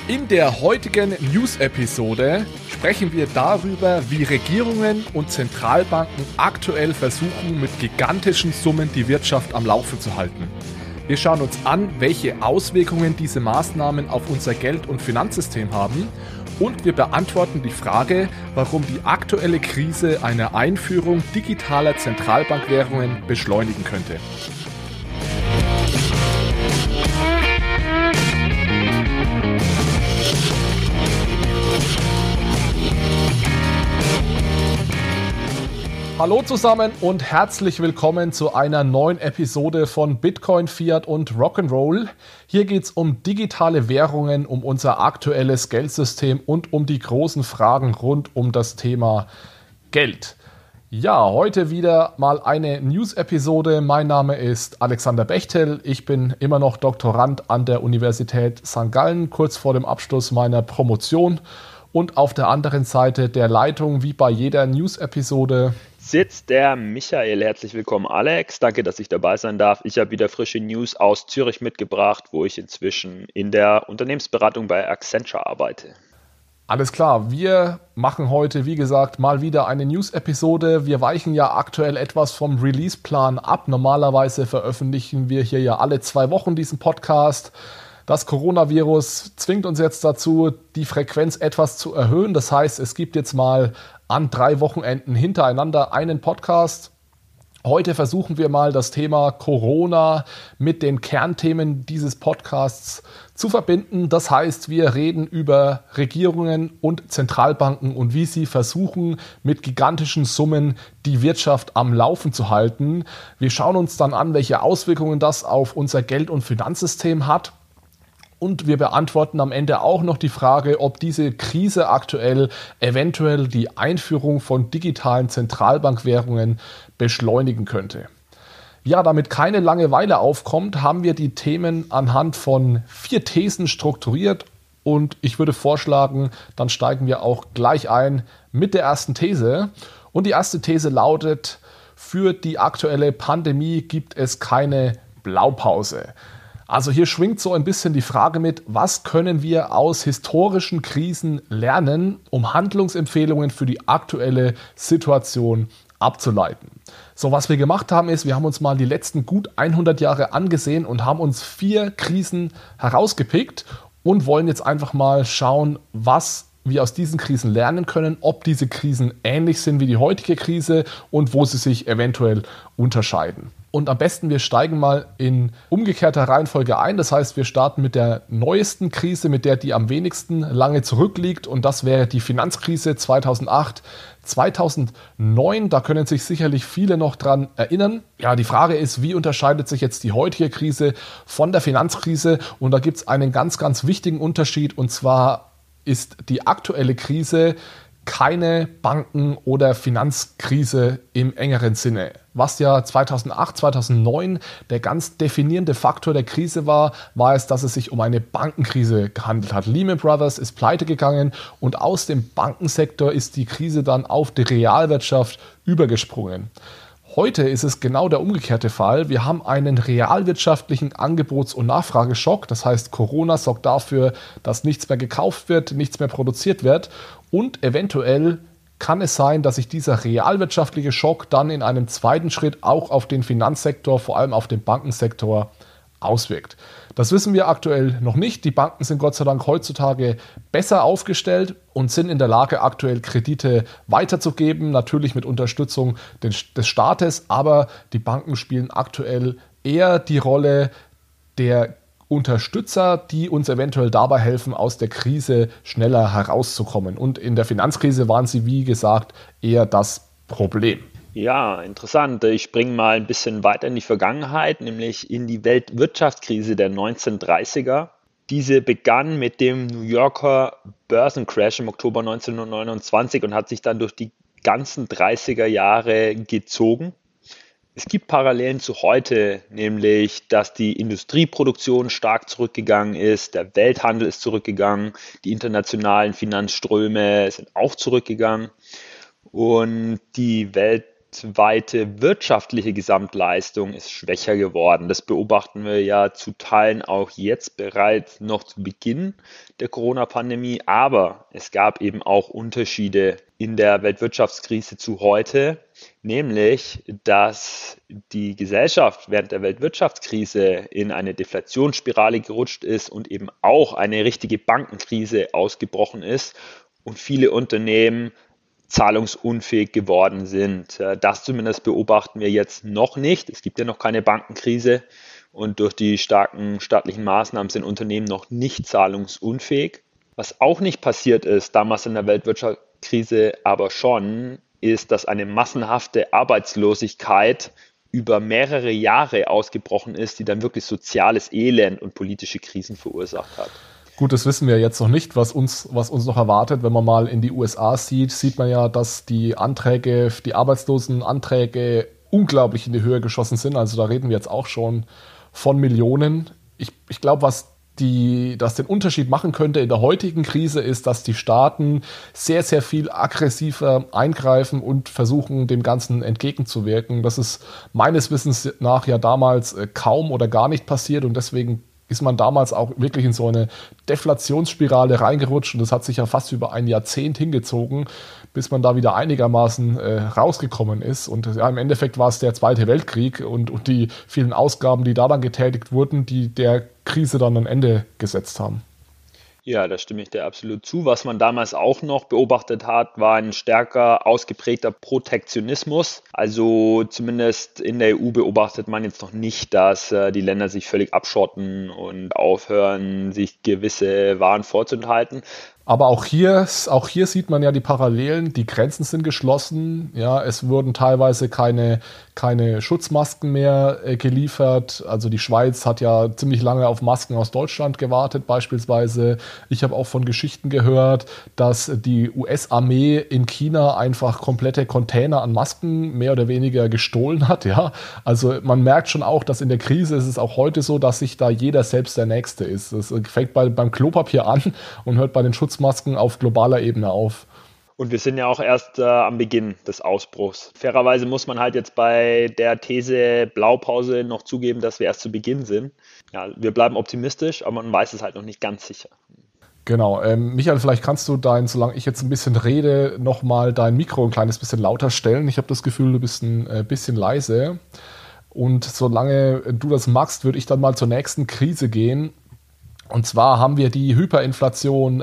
In der heutigen News-Episode sprechen wir darüber, wie Regierungen und Zentralbanken aktuell versuchen, mit gigantischen Summen die Wirtschaft am Laufen zu halten. Wir schauen uns an, welche Auswirkungen diese Maßnahmen auf unser Geld- und Finanzsystem haben, und wir beantworten die Frage, warum die aktuelle Krise eine Einführung digitaler Zentralbankwährungen beschleunigen könnte. Hallo zusammen und herzlich willkommen zu einer neuen Episode von Bitcoin, Fiat und Rock'n'Roll. Hier geht es um digitale Währungen, um unser aktuelles Geldsystem und um die großen Fragen rund um das Thema Geld. Ja, heute wieder mal eine News-Episode. Mein Name ist Alexander Bechtel. Ich bin immer noch Doktorand an der Universität St. Gallen, kurz vor dem Abschluss meiner Promotion. Und auf der anderen Seite der Leitung, wie bei jeder News-Episode, sitzt der Michael. Herzlich willkommen, Alex. Danke, dass ich dabei sein darf. Ich habe wieder frische News aus Zürich mitgebracht, wo ich inzwischen in der Unternehmensberatung bei Accenture arbeite. Alles klar, wir machen heute, wie gesagt, mal wieder eine News-Episode. Wir weichen ja aktuell etwas vom Release-Plan ab. Normalerweise veröffentlichen wir hier ja alle 2 Wochen diesen Podcast. Das Coronavirus zwingt uns jetzt dazu, die Frequenz etwas zu erhöhen. Das heißt, es gibt jetzt mal an 3 Wochenenden hintereinander einen Podcast. Heute versuchen wir mal das Thema Corona mit den Kernthemen dieses Podcasts zu verbinden. Das heißt, wir reden über Regierungen und Zentralbanken und wie sie versuchen, mit gigantischen Summen die Wirtschaft am Laufen zu halten. Wir schauen uns dann an, welche Auswirkungen das auf unser Geld- und Finanzsystem hat. Und wir beantworten am Ende auch noch die Frage, ob diese Krise aktuell eventuell die Einführung von digitalen Zentralbankwährungen beschleunigen könnte. Ja, damit keine Langeweile aufkommt, haben wir die Themen anhand von 4 Thesen strukturiert. Und ich würde vorschlagen, dann steigen wir auch gleich ein mit der ersten These. Und die erste These lautet: Für die aktuelle Pandemie gibt es keine Blaupause. Also hier schwingt so ein bisschen die Frage mit, was können wir aus historischen Krisen lernen, um Handlungsempfehlungen für die aktuelle Situation abzuleiten. So, was wir gemacht haben ist, wir haben uns mal die letzten gut 100 Jahre angesehen und haben uns 4 Krisen herausgepickt und wollen jetzt einfach mal schauen, was wir aus diesen Krisen lernen können, ob diese Krisen ähnlich sind wie die heutige Krise und wo sie sich eventuell unterscheiden. Und am besten, wir steigen mal in umgekehrter Reihenfolge ein. Das heißt, wir starten mit der neuesten Krise, mit der die am wenigsten lange zurückliegt. Und das wäre die Finanzkrise 2008, 2009. Da können sich sicherlich viele noch dran erinnern. Ja, die Frage ist, wie unterscheidet sich jetzt die heutige Krise von der Finanzkrise? Und da gibt es einen ganz, ganz wichtigen Unterschied. Und zwar ist die aktuelle Krise keine Banken- oder Finanzkrise im engeren Sinne. Was ja 2008, 2009 der ganz definierende Faktor der Krise war es, dass es sich um eine Bankenkrise gehandelt hat. Lehman Brothers ist pleite gegangen und aus dem Bankensektor ist die Krise dann auf die Realwirtschaft übergesprungen. Heute ist es genau der umgekehrte Fall. Wir haben einen realwirtschaftlichen Angebots- und Nachfrageschock. Das heißt, Corona sorgt dafür, dass nichts mehr gekauft wird, nichts mehr produziert wird. Und eventuell kann es sein, dass sich dieser realwirtschaftliche Schock dann in einem zweiten Schritt auch auf den Finanzsektor, vor allem auf den Bankensektor, auswirkt. Das wissen wir aktuell noch nicht. Die Banken sind Gott sei Dank heutzutage besser aufgestellt und sind in der Lage, aktuell Kredite weiterzugeben, natürlich mit Unterstützung des Staates, aber die Banken spielen aktuell eher die Rolle der Unterstützer, die uns eventuell dabei helfen, aus der Krise schneller herauszukommen. Und in der Finanzkrise waren sie, wie gesagt, eher das Problem. Ja, interessant. Ich springe mal ein bisschen weiter in die Vergangenheit, nämlich in die Weltwirtschaftskrise der 1930er. Diese begann mit dem New Yorker Börsencrash im Oktober 1929 und hat sich dann durch die ganzen 30er Jahre gezogen. Es gibt Parallelen zu heute, nämlich dass die Industrieproduktion stark zurückgegangen ist, der Welthandel ist zurückgegangen, die internationalen Finanzströme sind auch zurückgegangen und die weltweite wirtschaftliche Gesamtleistung ist schwächer geworden. Das beobachten wir ja zu Teilen auch jetzt bereits noch zu Beginn der Corona-Pandemie, aber es gab eben auch Unterschiede in der Weltwirtschaftskrise zu heute, nämlich dass die Gesellschaft während der Weltwirtschaftskrise in eine Deflationsspirale gerutscht ist und eben auch eine richtige Bankenkrise ausgebrochen ist und viele Unternehmen zahlungsunfähig geworden sind. Das zumindest beobachten wir jetzt noch nicht. Es gibt ja noch keine Bankenkrise und durch die starken staatlichen Maßnahmen sind Unternehmen noch nicht zahlungsunfähig. Was auch nicht passiert ist, damals in der Weltwirtschaftskrise aber schon, ist, dass eine massenhafte Arbeitslosigkeit über mehrere Jahre ausgebrochen ist, die dann wirklich soziales Elend und politische Krisen verursacht hat. Gut, das wissen wir jetzt noch nicht, was uns noch erwartet. Wenn man mal in die USA sieht man ja, dass die Arbeitslosenanträge unglaublich in die Höhe geschossen sind. Also da reden wir jetzt auch schon von Millionen. Ich glaube, was den Unterschied machen könnte in der heutigen Krise ist, dass die Staaten sehr, sehr viel aggressiver eingreifen und versuchen, dem Ganzen entgegenzuwirken. Das ist meines Wissens nach ja damals kaum oder gar nicht passiert und deswegen ist man damals auch wirklich in so eine Deflationsspirale reingerutscht und das hat sich ja fast über ein Jahrzehnt hingezogen, bis man da wieder einigermaßen rausgekommen ist. Und ja, im Endeffekt war es der Zweite Weltkrieg und die vielen Ausgaben, die da dann getätigt wurden, die der Krise dann ein Ende gesetzt haben. Ja, da stimme ich dir absolut zu. Was man damals auch noch beobachtet hat, war ein stärker ausgeprägter Protektionismus. Also zumindest in der EU beobachtet man jetzt noch nicht, dass die Länder sich völlig abschotten und aufhören, sich gewisse Waren vorzuenthalten. Aber auch hier sieht man ja die Parallelen. Die Grenzen sind geschlossen. Ja, es wurden teilweise keine Schutzmasken mehr geliefert. Also die Schweiz hat ja ziemlich lange auf Masken aus Deutschland gewartet beispielsweise. Ich habe auch von Geschichten gehört, dass die US-Armee in China einfach komplette Container an Masken mehr oder weniger gestohlen hat. Ja, also man merkt schon auch, dass in der Krise ist es auch heute so, dass sich da jeder selbst der Nächste ist. Es fängt beim Klopapier an und hört bei den Schutzmasken auf globaler Ebene auf. Und wir sind ja auch erst am Beginn des Ausbruchs. Fairerweise muss man halt jetzt bei der These Blaupause noch zugeben, dass wir erst zu Beginn sind. Ja, wir bleiben optimistisch, aber man weiß es halt noch nicht ganz sicher. Genau. Michael, vielleicht kannst du solange ich jetzt ein bisschen rede, nochmal dein Mikro ein kleines bisschen lauter stellen. Ich habe das Gefühl, du bist ein bisschen leise. Und solange du das magst, würde ich dann mal zur nächsten Krise gehen. Und zwar haben wir die Hyperinflation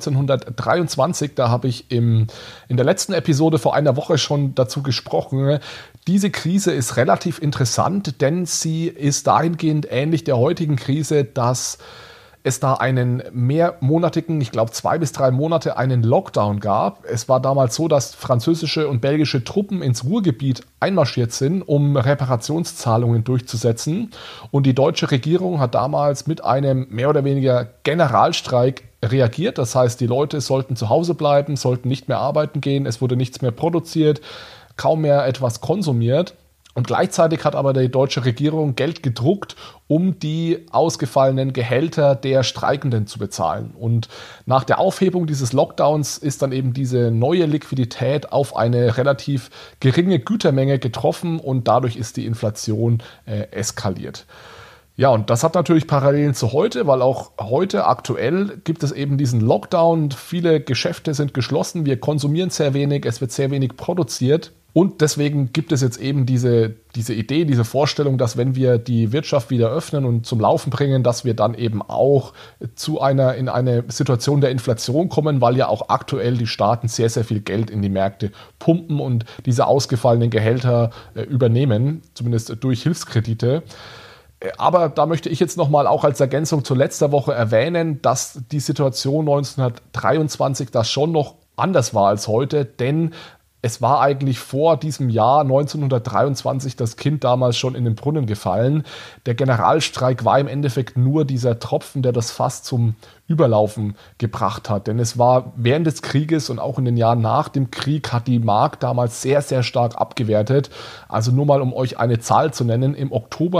1923, da habe ich in der letzten Episode vor einer Woche schon dazu gesprochen. Diese Krise ist relativ interessant, denn sie ist dahingehend ähnlich der heutigen Krise, dass es da einen mehrmonatigen, ich glaube 2 bis 3 Monate, einen Lockdown gab. Es war damals so, dass französische und belgische Truppen ins Ruhrgebiet einmarschiert sind, um Reparationszahlungen durchzusetzen. Und die deutsche Regierung hat damals mit einem mehr oder weniger Generalstreik reagiert. Das heißt, die Leute sollten zu Hause bleiben, sollten nicht mehr arbeiten gehen, es wurde nichts mehr produziert, kaum mehr etwas konsumiert. Und gleichzeitig hat aber die deutsche Regierung Geld gedruckt, um die ausgefallenen Gehälter der Streikenden zu bezahlen. Und nach der Aufhebung dieses Lockdowns ist dann eben diese neue Liquidität auf eine relativ geringe Gütermenge getroffen und dadurch ist die Inflation eskaliert. Ja, und das hat natürlich Parallelen zu heute, weil auch heute aktuell gibt es eben diesen Lockdown. Viele Geschäfte sind geschlossen, wir konsumieren sehr wenig, es wird sehr wenig produziert. Und deswegen gibt es jetzt eben diese Idee, diese Vorstellung, dass wenn wir die Wirtschaft wieder öffnen und zum Laufen bringen, dass wir dann eben auch in eine Situation der Inflation kommen, weil ja auch aktuell die Staaten sehr, sehr viel Geld in die Märkte pumpen und diese ausgefallenen Gehälter übernehmen, zumindest durch Hilfskredite. Aber da möchte ich jetzt nochmal auch als Ergänzung zur letzten Woche erwähnen, dass die Situation 1923 das schon noch anders war als heute, denn es war eigentlich vor diesem Jahr 1923 das Kind damals schon in den Brunnen gefallen. Der Generalstreik war im Endeffekt nur dieser Tropfen, der das Fass zum Überlaufen gebracht hat. Denn es war während des Krieges und auch in den Jahren nach dem Krieg hat die Mark damals sehr, sehr stark abgewertet. Also nur mal, um euch eine Zahl zu nennen, im Oktober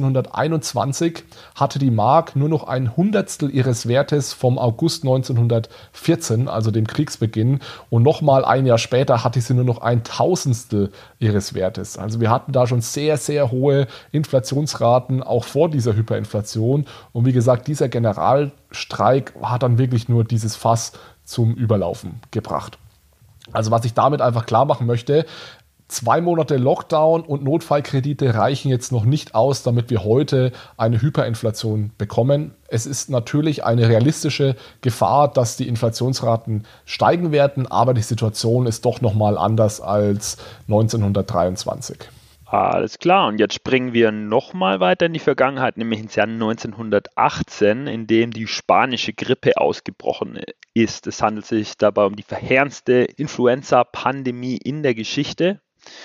1921 hatte die Mark nur noch ein Hundertstel ihres Wertes vom August 1914, also dem Kriegsbeginn. Und nochmal ein Jahr später hatte sie nur noch ein Tausendstel ihres Wertes. Also wir hatten da schon sehr, sehr hohe Inflationsraten, auch vor dieser Hyperinflation. Und wie gesagt, dieser Generalstreik hat dann wirklich nur dieses Fass zum Überlaufen gebracht. Also was ich damit einfach klar machen möchte, 2 Monate Lockdown und Notfallkredite reichen jetzt noch nicht aus, damit wir heute eine Hyperinflation bekommen. Es ist natürlich eine realistische Gefahr, dass die Inflationsraten steigen werden, aber die Situation ist doch nochmal anders als 1923. Alles klar, und jetzt springen wir nochmal weiter in die Vergangenheit, nämlich ins Jahr 1918, in dem die spanische Grippe ausgebrochen ist. Es handelt sich dabei um die verheerendste Influenza-Pandemie in der Geschichte.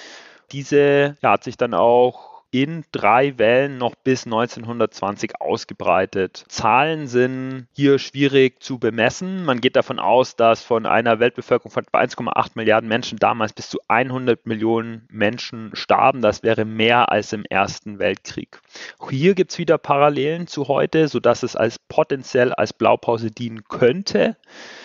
Diese hat sich dann auch in 3 Wellen noch bis 1920 ausgebreitet. Zahlen sind hier schwierig zu bemessen. Man geht davon aus, dass von einer Weltbevölkerung von 1,8 Milliarden Menschen damals bis zu 100 Millionen Menschen starben. Das wäre mehr als im Ersten Weltkrieg. Hier gibt es wieder Parallelen zu heute, sodass es potenziell als Blaupause dienen könnte.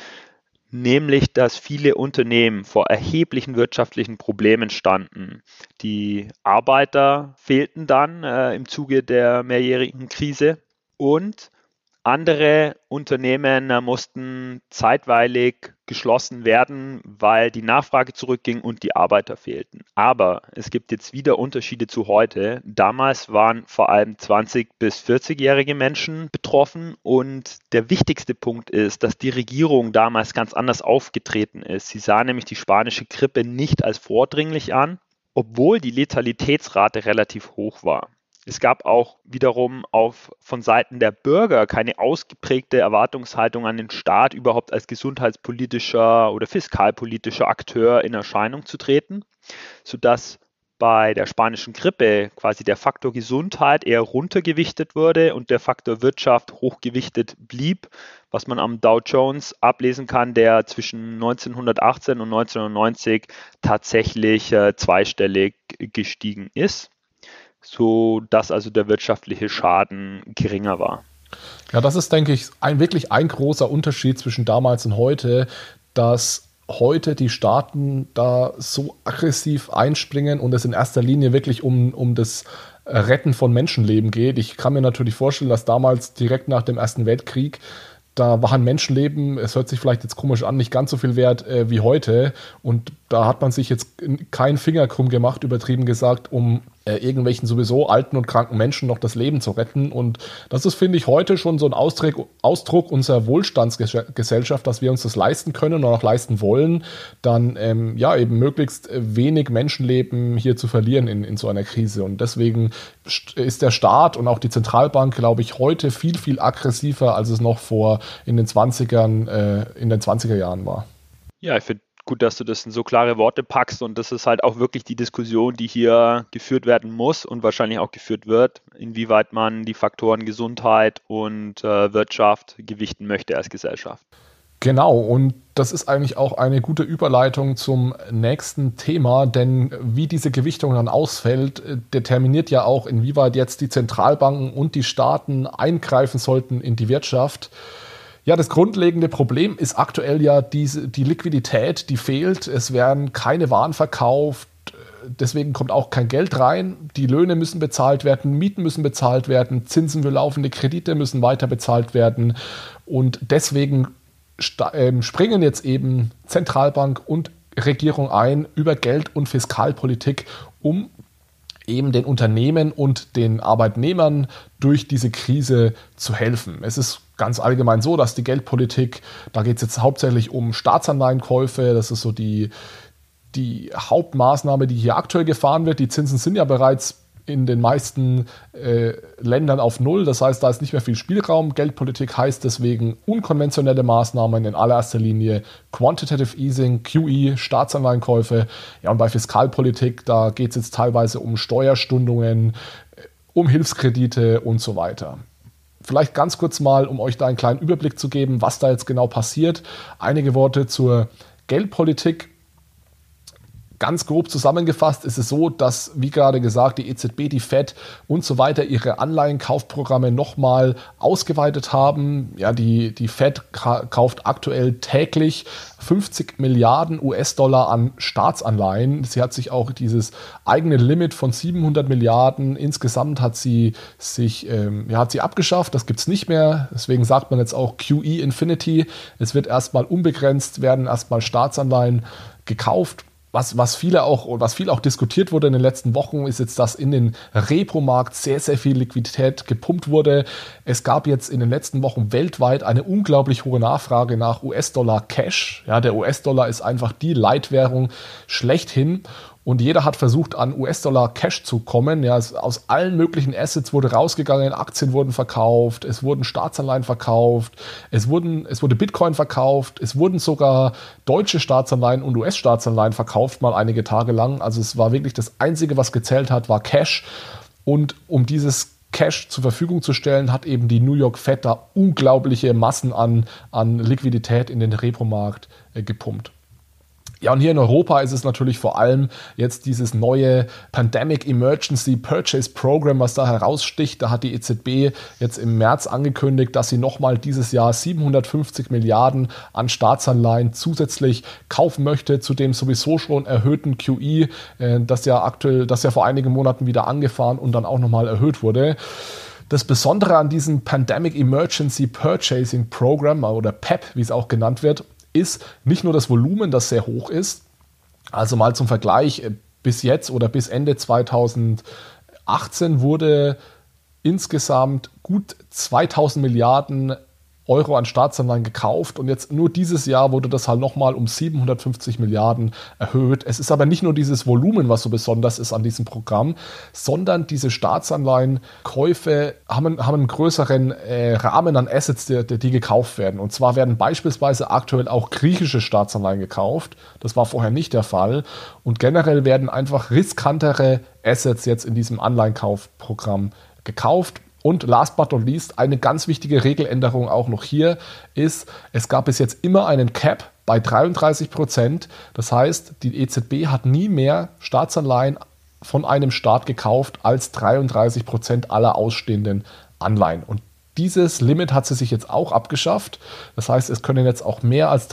Nämlich, dass viele Unternehmen vor erheblichen wirtschaftlichen Problemen standen. Die Arbeiter fehlten dann im Zuge der mehrjährigen Krise und andere Unternehmen mussten zeitweilig geschlossen werden, weil die Nachfrage zurückging und die Arbeiter fehlten. Aber es gibt jetzt wieder Unterschiede zu heute. Damals waren vor allem 20- bis 40-jährige Menschen betroffen und der wichtigste Punkt ist, dass die Regierung damals ganz anders aufgetreten ist. Sie sah nämlich die spanische Grippe nicht als vordringlich an, obwohl die Letalitätsrate relativ hoch war. Es gab auch wiederum von Seiten der Bürger keine ausgeprägte Erwartungshaltung an den Staat, überhaupt als gesundheitspolitischer oder fiskalpolitischer Akteur in Erscheinung zu treten, sodass bei der spanischen Grippe quasi der Faktor Gesundheit eher runtergewichtet wurde und der Faktor Wirtschaft hochgewichtet blieb, was man am Dow Jones ablesen kann, der zwischen 1918 und 1990 tatsächlich zweistellig gestiegen ist, so dass also der wirtschaftliche Schaden geringer war. Ja, das ist, denke ich, wirklich ein großer Unterschied zwischen damals und heute, dass heute die Staaten da so aggressiv einspringen und es in erster Linie wirklich um das Retten von Menschenleben geht. Ich kann mir natürlich vorstellen, dass damals direkt nach dem Ersten Weltkrieg da waren Menschenleben, es hört sich vielleicht jetzt komisch an, nicht ganz so viel wert wie heute. Und da hat man sich jetzt keinen Finger krumm gemacht, übertrieben gesagt, um irgendwelchen sowieso alten und kranken Menschen noch das Leben zu retten. Und das ist, finde ich, heute schon so ein Ausdruck unserer Wohlstandsgesellschaft, dass wir uns das leisten können und auch leisten wollen, dann eben möglichst wenig Menschenleben hier zu verlieren in so einer Krise. Und deswegen ist der Staat und auch die Zentralbank, glaube ich, heute viel, viel aggressiver, als es noch in den 20er Jahren war. Ja, ich finde gut, dass du das in so klare Worte packst, und das ist halt auch wirklich die Diskussion, die hier geführt werden muss und wahrscheinlich auch geführt wird, inwieweit man die Faktoren Gesundheit und Wirtschaft gewichten möchte als Gesellschaft. Genau, und das ist eigentlich auch eine gute Überleitung zum nächsten Thema, denn wie diese Gewichtung dann ausfällt, determiniert ja auch, inwieweit jetzt die Zentralbanken und die Staaten eingreifen sollten in die Wirtschaft. Ja, das grundlegende Problem ist aktuell ja die Liquidität, die fehlt. Es werden keine Waren verkauft, deswegen kommt auch kein Geld rein. Die Löhne müssen bezahlt werden, Mieten müssen bezahlt werden, Zinsen für laufende Kredite müssen weiter bezahlt werden. Und deswegen springen jetzt eben Zentralbank und Regierung ein über Geld- und Fiskalpolitik, um eben den Unternehmen und den Arbeitnehmern durch diese Krise zu helfen. Es ist ganz allgemein so, dass die Geldpolitik, da geht es jetzt hauptsächlich um Staatsanleihenkäufe, das ist so die Hauptmaßnahme, die hier aktuell gefahren wird. Die Zinsen sind ja bereits in den meisten Ländern auf Null, das heißt, da ist nicht mehr viel Spielraum. Geldpolitik heißt deswegen unkonventionelle Maßnahmen, in allererster Linie Quantitative Easing, QE, Staatsanleihenkäufe. Ja, und bei Fiskalpolitik, da geht es jetzt teilweise um Steuerstundungen, um Hilfskredite und so weiter. Vielleicht ganz kurz mal, um euch da einen kleinen Überblick zu geben, was da jetzt genau passiert. Einige Worte zur Geldpolitik. Ganz grob zusammengefasst ist es so, dass, wie gerade gesagt, die EZB, die Fed und so weiter ihre Anleihenkaufprogramme nochmal ausgeweitet haben. Ja, die Fed kauft aktuell täglich 50 Milliarden US-Dollar an Staatsanleihen. Sie hat sich auch dieses eigene Limit von 700 Milliarden insgesamt hat sie abgeschafft. Das gibt es nicht mehr. Deswegen sagt man jetzt auch QE Infinity. Es wird erstmal unbegrenzt, werden erstmal Staatsanleihen gekauft. Was viel auch diskutiert wurde in den letzten Wochen, ist jetzt, dass in den Repo-Markt sehr, sehr viel Liquidität gepumpt wurde. Es gab jetzt in den letzten Wochen weltweit eine unglaublich hohe Nachfrage nach US-Dollar-Cash. Ja, der US-Dollar ist einfach die Leitwährung schlechthin. Und jeder hat versucht, an US-Dollar-Cash zu kommen. Ja, aus allen möglichen Assets wurde rausgegangen, Aktien wurden verkauft, es wurden Staatsanleihen verkauft, es wurde Bitcoin verkauft, es wurden sogar deutsche Staatsanleihen und US-Staatsanleihen verkauft, mal einige Tage lang. Also es war wirklich das Einzige, was gezählt hat, war Cash. Und um dieses Cash zur Verfügung zu stellen, hat eben die New York Fed da unglaubliche Massen an Liquidität in den Repo-Markt gepumpt. Ja, und hier in Europa ist es natürlich vor allem jetzt dieses neue Pandemic Emergency Purchase Program, was da heraussticht. Da hat die EZB jetzt im März angekündigt, dass sie nochmal dieses Jahr 750 Milliarden an Staatsanleihen zusätzlich kaufen möchte, zu dem sowieso schon erhöhten QE, das ja vor einigen Monaten wieder angefahren und dann auch nochmal erhöht wurde. Das Besondere an diesem Pandemic Emergency Purchasing Program oder PEP, wie es auch genannt wird, ist nicht nur das Volumen, das sehr hoch ist. Also mal zum Vergleich, bis jetzt oder bis Ende 2018 wurde insgesamt gut 2000 Milliarden Euro an Staatsanleihen gekauft und jetzt nur dieses Jahr wurde das halt nochmal um 750 Milliarden erhöht. Es ist aber nicht nur dieses Volumen, was so besonders ist an diesem Programm, sondern diese Staatsanleihenkäufe haben einen größeren Rahmen an Assets, die gekauft werden. Und zwar werden beispielsweise aktuell auch griechische Staatsanleihen gekauft. Das war vorher nicht der Fall. Und generell werden einfach riskantere Assets jetzt in diesem Anleihenkaufprogramm gekauft. Und last but not least, eine ganz wichtige Regeländerung auch noch hier ist, es gab bis jetzt immer einen Cap bei 33%. Das heißt, die EZB hat nie mehr Staatsanleihen von einem Staat gekauft als 33% aller ausstehenden Anleihen. Und dieses Limit hat sie sich jetzt auch abgeschafft. Das heißt, es können jetzt auch mehr als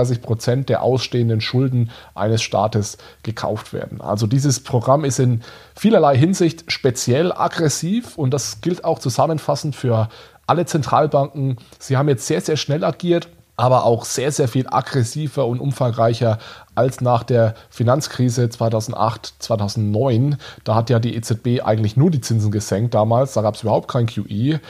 33% der ausstehenden Schulden eines Staates gekauft werden. Also dieses Programm ist in vielerlei Hinsicht speziell aggressiv und das gilt auch zusammenfassend für alle Zentralbanken. Sie haben jetzt sehr, sehr schnell agiert, aber auch sehr, sehr viel aggressiver und umfangreicher als nach der Finanzkrise 2008, 2009. Da hat ja die EZB eigentlich nur die Zinsen gesenkt damals, da gab es überhaupt kein QE.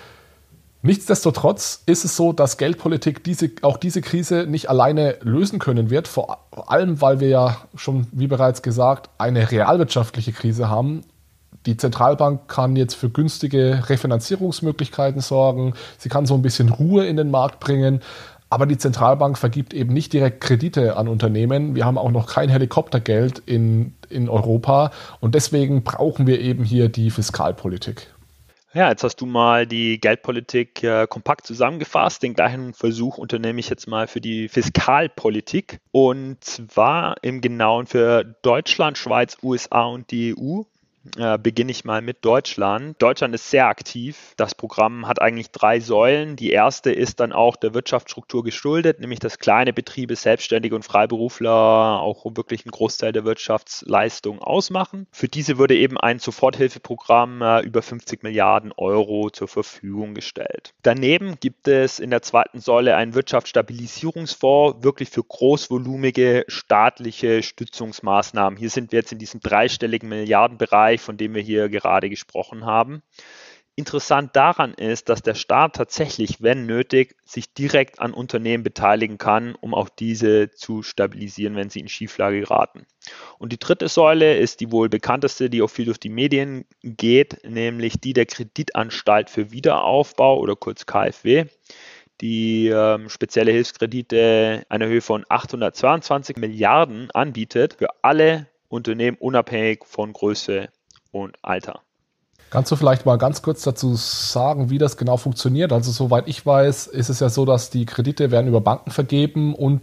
Nichtsdestotrotz ist es so, dass Geldpolitik auch diese Krise nicht alleine lösen können wird, vor allem weil wir ja schon, wie bereits gesagt, eine realwirtschaftliche Krise haben. Die Zentralbank kann jetzt für günstige Refinanzierungsmöglichkeiten sorgen, sie kann so ein bisschen Ruhe in den Markt bringen, aber die Zentralbank vergibt eben nicht direkt Kredite an Unternehmen. Wir haben auch noch kein Helikoptergeld in Europa und deswegen brauchen wir eben hier die Fiskalpolitik. Ja, jetzt hast du mal die Geldpolitik kompakt zusammengefasst. Den gleichen Versuch unternehme ich jetzt mal für die Fiskalpolitik. Und zwar im Genauen für Deutschland, Schweiz, USA und die EU. Beginne ich mal mit Deutschland. Deutschland ist sehr aktiv. Das Programm hat eigentlich 3 Säulen. Die erste ist dann auch der Wirtschaftsstruktur geschuldet, nämlich dass kleine Betriebe, Selbstständige und Freiberufler auch wirklich einen Großteil der Wirtschaftsleistung ausmachen. Für diese wurde eben ein Soforthilfeprogramm über 50 Milliarden Euro zur Verfügung gestellt. Daneben gibt es in der zweiten Säule einen Wirtschaftsstabilisierungsfonds, wirklich für großvolumige staatliche Stützungsmaßnahmen. Hier sind wir jetzt in diesem dreistelligen Milliardenbereich, von dem wir hier gerade gesprochen haben. Interessant daran ist, dass der Staat tatsächlich, wenn nötig, sich direkt an Unternehmen beteiligen kann, um auch diese zu stabilisieren, wenn sie in Schieflage geraten. Und die dritte Säule ist die wohl bekannteste, die auch viel durch die Medien geht, nämlich die der Kreditanstalt für Wiederaufbau oder kurz KfW, die spezielle Hilfskredite einer Höhe von 822 Milliarden anbietet für alle Unternehmen unabhängig von Größe und Alter. Kannst du vielleicht mal ganz kurz dazu sagen, wie das genau funktioniert? Also soweit ich weiß, ist es ja so, dass die Kredite werden über Banken vergeben und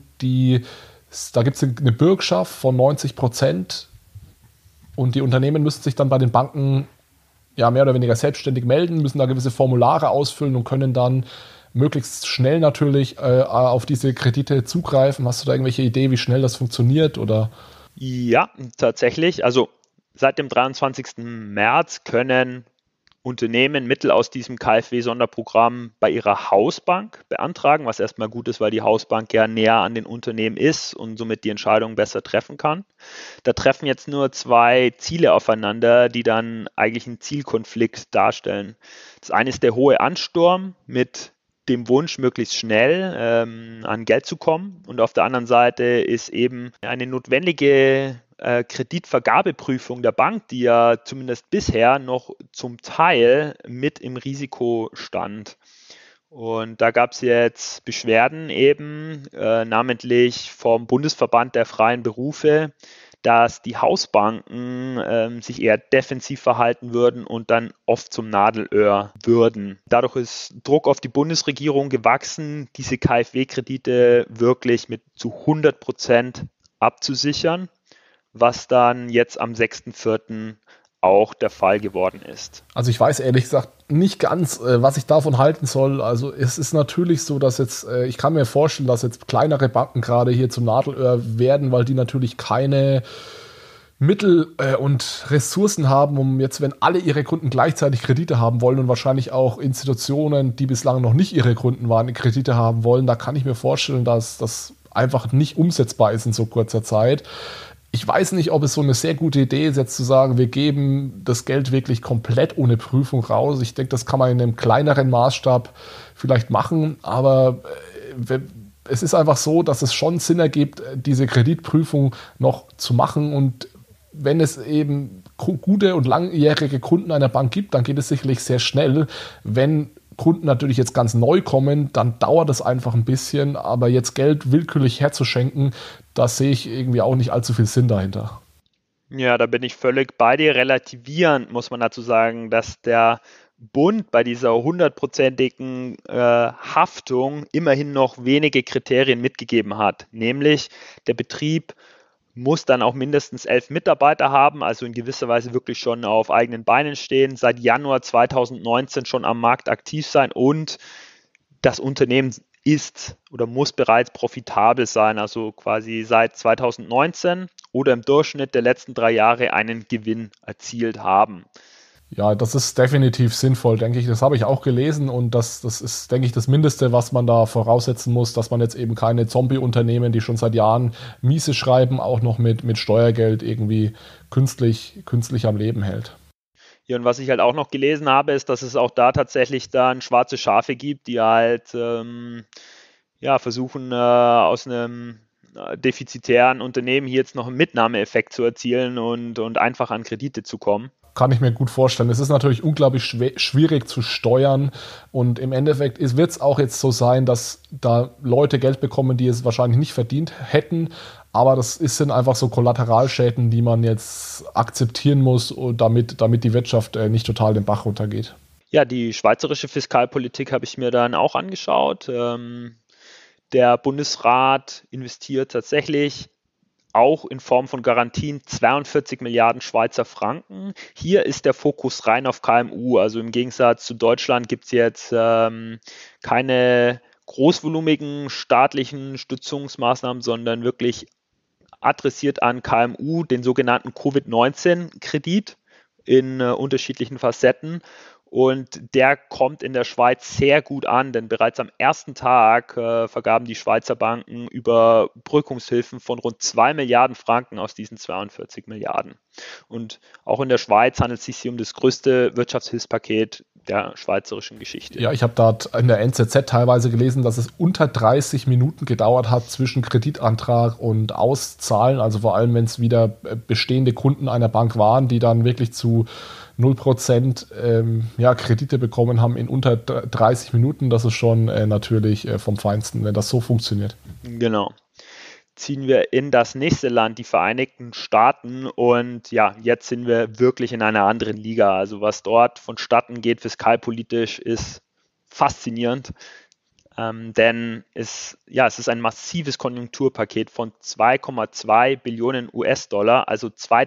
da gibt es eine Bürgschaft von 90% und die Unternehmen müssen sich dann bei den Banken ja mehr oder weniger selbstständig melden, müssen da gewisse Formulare ausfüllen und können dann möglichst schnell natürlich auf diese Kredite zugreifen. Hast du da irgendwelche Idee, wie schnell das funktioniert? Oder? Ja, tatsächlich. Also seit dem 23. März können Unternehmen Mittel aus diesem KfW-Sonderprogramm bei ihrer Hausbank beantragen, was erstmal gut ist, weil die Hausbank ja näher an den Unternehmen ist und somit die Entscheidung besser treffen kann. Da treffen jetzt nur zwei Ziele aufeinander, die dann eigentlich einen Zielkonflikt darstellen. Das eine ist der hohe Ansturm mit dem Wunsch, möglichst schnell an Geld zu kommen. Und auf der anderen Seite ist eben eine notwendige Kreditvergabeprüfung der Bank, die ja zumindest bisher noch zum Teil mit im Risiko stand. Und da gab es jetzt Beschwerden eben, namentlich vom Bundesverband der freien Berufe, dass die Hausbanken sich eher defensiv verhalten würden und dann oft zum Nadelöhr würden. Dadurch ist Druck auf die Bundesregierung gewachsen, diese KfW-Kredite wirklich mit zu 100% abzusichern, was dann jetzt am 6.4. auch der Fall geworden ist. Also ich weiß ehrlich gesagt nicht ganz, was ich davon halten soll. Also es ist natürlich so, dass jetzt, ich kann mir vorstellen, dass jetzt kleinere Banken gerade hier zum Nadelöhr werden, weil die natürlich keine Mittel und Ressourcen haben, um jetzt, wenn alle ihre Kunden gleichzeitig Kredite haben wollen und wahrscheinlich auch Institutionen, die bislang noch nicht ihre Kunden waren, Kredite haben wollen, da kann ich mir vorstellen, dass das einfach nicht umsetzbar ist in so kurzer Zeit. Ich weiß nicht, ob es so eine sehr gute Idee ist, jetzt zu sagen, wir geben das Geld wirklich komplett ohne Prüfung raus. Ich denke, das kann man in einem kleineren Maßstab vielleicht machen, aber es ist einfach so, dass es schon Sinn ergibt, diese Kreditprüfung noch zu machen. Und wenn es eben gute und langjährige Kunden einer Bank gibt, dann geht es sicherlich sehr schnell. Wenn Kunden natürlich jetzt ganz neu kommen, dann dauert es einfach ein bisschen, aber jetzt Geld willkürlich herzuschenken, da sehe ich irgendwie auch nicht allzu viel Sinn dahinter. Ja, da bin ich völlig bei dir. Relativierend muss man dazu sagen, dass der Bund bei dieser 100%igen Haftung immerhin noch wenige Kriterien mitgegeben hat, nämlich der Betrieb muss dann auch mindestens 11 Mitarbeiter haben, also in gewisser Weise wirklich schon auf eigenen Beinen stehen, seit Januar 2019 schon am Markt aktiv sein und das Unternehmen ist oder muss bereits profitabel sein, also quasi seit 2019 oder im Durchschnitt der letzten 3 Jahre einen Gewinn erzielt haben. Ja, das ist definitiv sinnvoll, denke ich. Das habe ich auch gelesen und das ist, denke ich, das Mindeste, was man da voraussetzen muss, dass man jetzt eben keine Zombie-Unternehmen, die schon seit Jahren Miese schreiben, auch noch mit Steuergeld irgendwie künstlich am Leben hält. Ja, und was ich halt auch noch gelesen habe, ist, dass es auch da tatsächlich dann schwarze Schafe gibt, die halt versuchen, aus einem defizitären Unternehmen hier jetzt noch einen Mitnahmeeffekt zu erzielen und einfach an Kredite zu kommen. Kann ich mir gut vorstellen. Es ist natürlich unglaublich schwierig zu steuern und im Endeffekt wird es auch jetzt so sein, dass da Leute Geld bekommen, die es wahrscheinlich nicht verdient hätten, aber sind einfach so Kollateralschäden, die man jetzt akzeptieren muss, damit die Wirtschaft nicht total den Bach runtergeht. Ja, die schweizerische Fiskalpolitik habe ich mir dann auch angeschaut. Der Bundesrat investiert tatsächlich auch in Form von Garantien 42 Milliarden Schweizer Franken. Hier ist der Fokus rein auf KMU. Also im Gegensatz zu Deutschland gibt es jetzt keine großvolumigen staatlichen Stützungsmaßnahmen, sondern wirklich adressiert an KMU, den sogenannten Covid-19-Kredit in unterschiedlichen Facetten. Und der kommt in der Schweiz sehr gut an, denn bereits am ersten Tag vergaben die Schweizer Banken Überbrückungshilfen von rund 2 Milliarden Franken aus diesen 42 Milliarden. Und auch in der Schweiz handelt es sich um das größte Wirtschaftshilfspaket der schweizerischen Geschichte. Ja, ich habe da in der NZZ teilweise gelesen, dass es unter 30 Minuten gedauert hat zwischen Kreditantrag und Auszahlen. Also vor allem, wenn es wieder bestehende Kunden einer Bank waren, die dann wirklich zu 0% Kredite bekommen haben in unter 30 Minuten. Das ist schon natürlich vom Feinsten, wenn das so funktioniert. Genau. ziehen wir in das nächste Land, die Vereinigten Staaten. Und ja, jetzt sind wir wirklich in einer anderen Liga. Also was dort vonstatten geht, fiskalpolitisch, ist faszinierend. Denn es ist ein massives Konjunkturpaket von 2,2 Billionen US-Dollar, also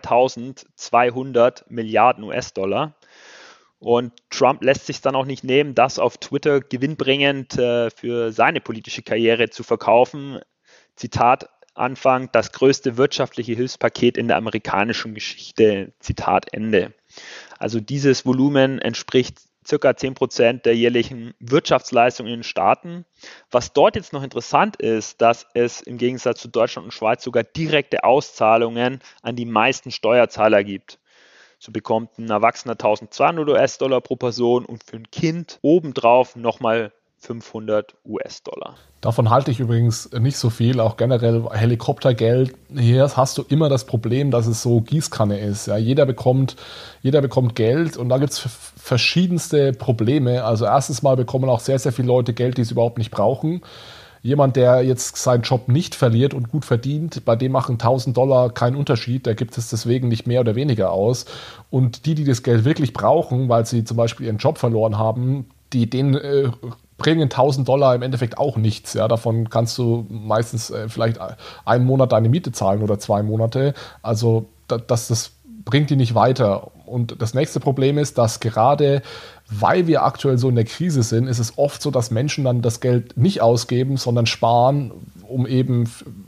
2200 Milliarden US-Dollar. Und Trump lässt sich dann auch nicht nehmen, das auf Twitter gewinnbringend für seine politische Karriere zu verkaufen. Zitat Anfang, das größte wirtschaftliche Hilfspaket in der amerikanischen Geschichte, Zitat Ende. Also dieses Volumen entspricht circa 10% der jährlichen Wirtschaftsleistung in den Staaten. Was dort jetzt noch interessant ist, dass es im Gegensatz zu Deutschland und Schweiz sogar direkte Auszahlungen an die meisten Steuerzahler gibt. So bekommt ein Erwachsener 1.200 US-Dollar pro Person und für ein Kind obendrauf nochmal 500 US-Dollar. Davon halte ich übrigens nicht so viel, auch generell Helikoptergeld. Hier hast du immer das Problem, dass es so Gießkanne ist. Ja, jeder bekommt Geld und da gibt es verschiedenste Probleme. Also erstens mal bekommen auch sehr, sehr viele Leute Geld, die es überhaupt nicht brauchen. Jemand, der jetzt seinen Job nicht verliert und gut verdient, bei dem machen 1.000 Dollar keinen Unterschied, der gibt es deswegen nicht mehr oder weniger aus. Und die das Geld wirklich brauchen, weil sie zum Beispiel ihren Job verloren haben, denen bringen 1.000 Dollar im Endeffekt auch nichts. Ja, davon kannst du meistens vielleicht einen Monat deine Miete zahlen oder 2 Monate. Also das bringt die nicht weiter. Und das nächste Problem ist, dass gerade weil wir aktuell so in der Krise sind, ist es oft so, dass Menschen dann das Geld nicht ausgeben, sondern sparen, um eben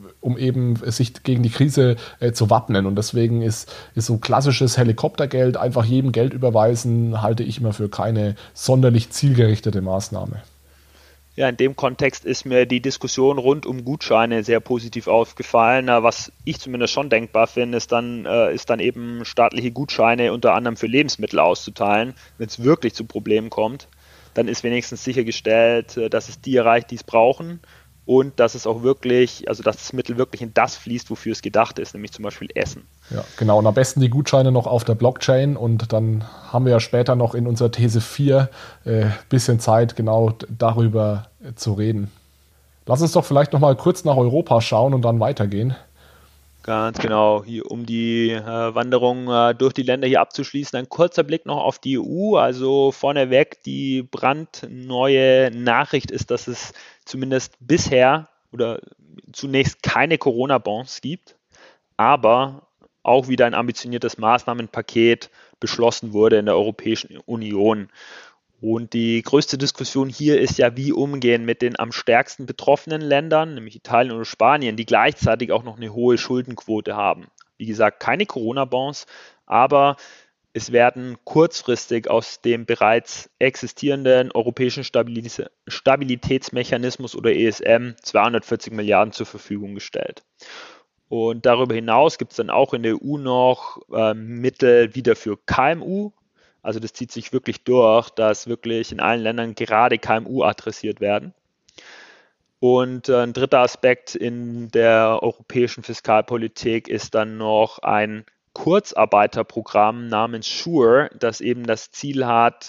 sich gegen die Krise zu wappnen. Und deswegen ist so klassisches Helikoptergeld, einfach jedem Geld überweisen, halte ich immer für keine sonderlich zielgerichtete Maßnahme. Ja, in dem Kontext ist mir die Diskussion rund um Gutscheine sehr positiv aufgefallen. Was ich zumindest schon denkbar finde, ist dann eben staatliche Gutscheine unter anderem für Lebensmittel auszuteilen. Wenn es wirklich zu Problemen kommt, dann ist wenigstens sichergestellt, dass es die erreicht, die es brauchen und dass es auch wirklich, also dass das Mittel wirklich in das fließt, wofür es gedacht ist, nämlich zum Beispiel Essen. Ja, genau. Und am besten die Gutscheine noch auf der Blockchain und dann haben wir ja später noch in unserer These 4 bisschen Zeit, genau darüber zu reden. Lass uns doch vielleicht noch mal kurz nach Europa schauen und dann weitergehen. Ganz genau, hier, um die Wanderung durch die Länder hier abzuschließen. Ein kurzer Blick noch auf die EU. Also vorneweg, die brandneue Nachricht ist, dass es zumindest bisher oder zunächst keine Corona-Bonds gibt, aber auch wieder ein ambitioniertes Maßnahmenpaket beschlossen wurde in der Europäischen Union. Und die größte Diskussion hier ist ja, wie umgehen mit den am stärksten betroffenen Ländern, nämlich Italien oder Spanien, die gleichzeitig auch noch eine hohe Schuldenquote haben. Wie gesagt, keine Corona-Bonds, aber es werden kurzfristig aus dem bereits existierenden europäischen Stabilitätsmechanismus oder ESM 240 Milliarden zur Verfügung gestellt. Und darüber hinaus gibt es dann auch in der EU noch Mittel wieder für KMU. Also das zieht sich wirklich durch, dass wirklich in allen Ländern gerade KMU adressiert werden. Und ein dritter Aspekt in der europäischen Fiskalpolitik ist dann noch ein Kurzarbeiterprogramm namens SURE, das eben das Ziel hat,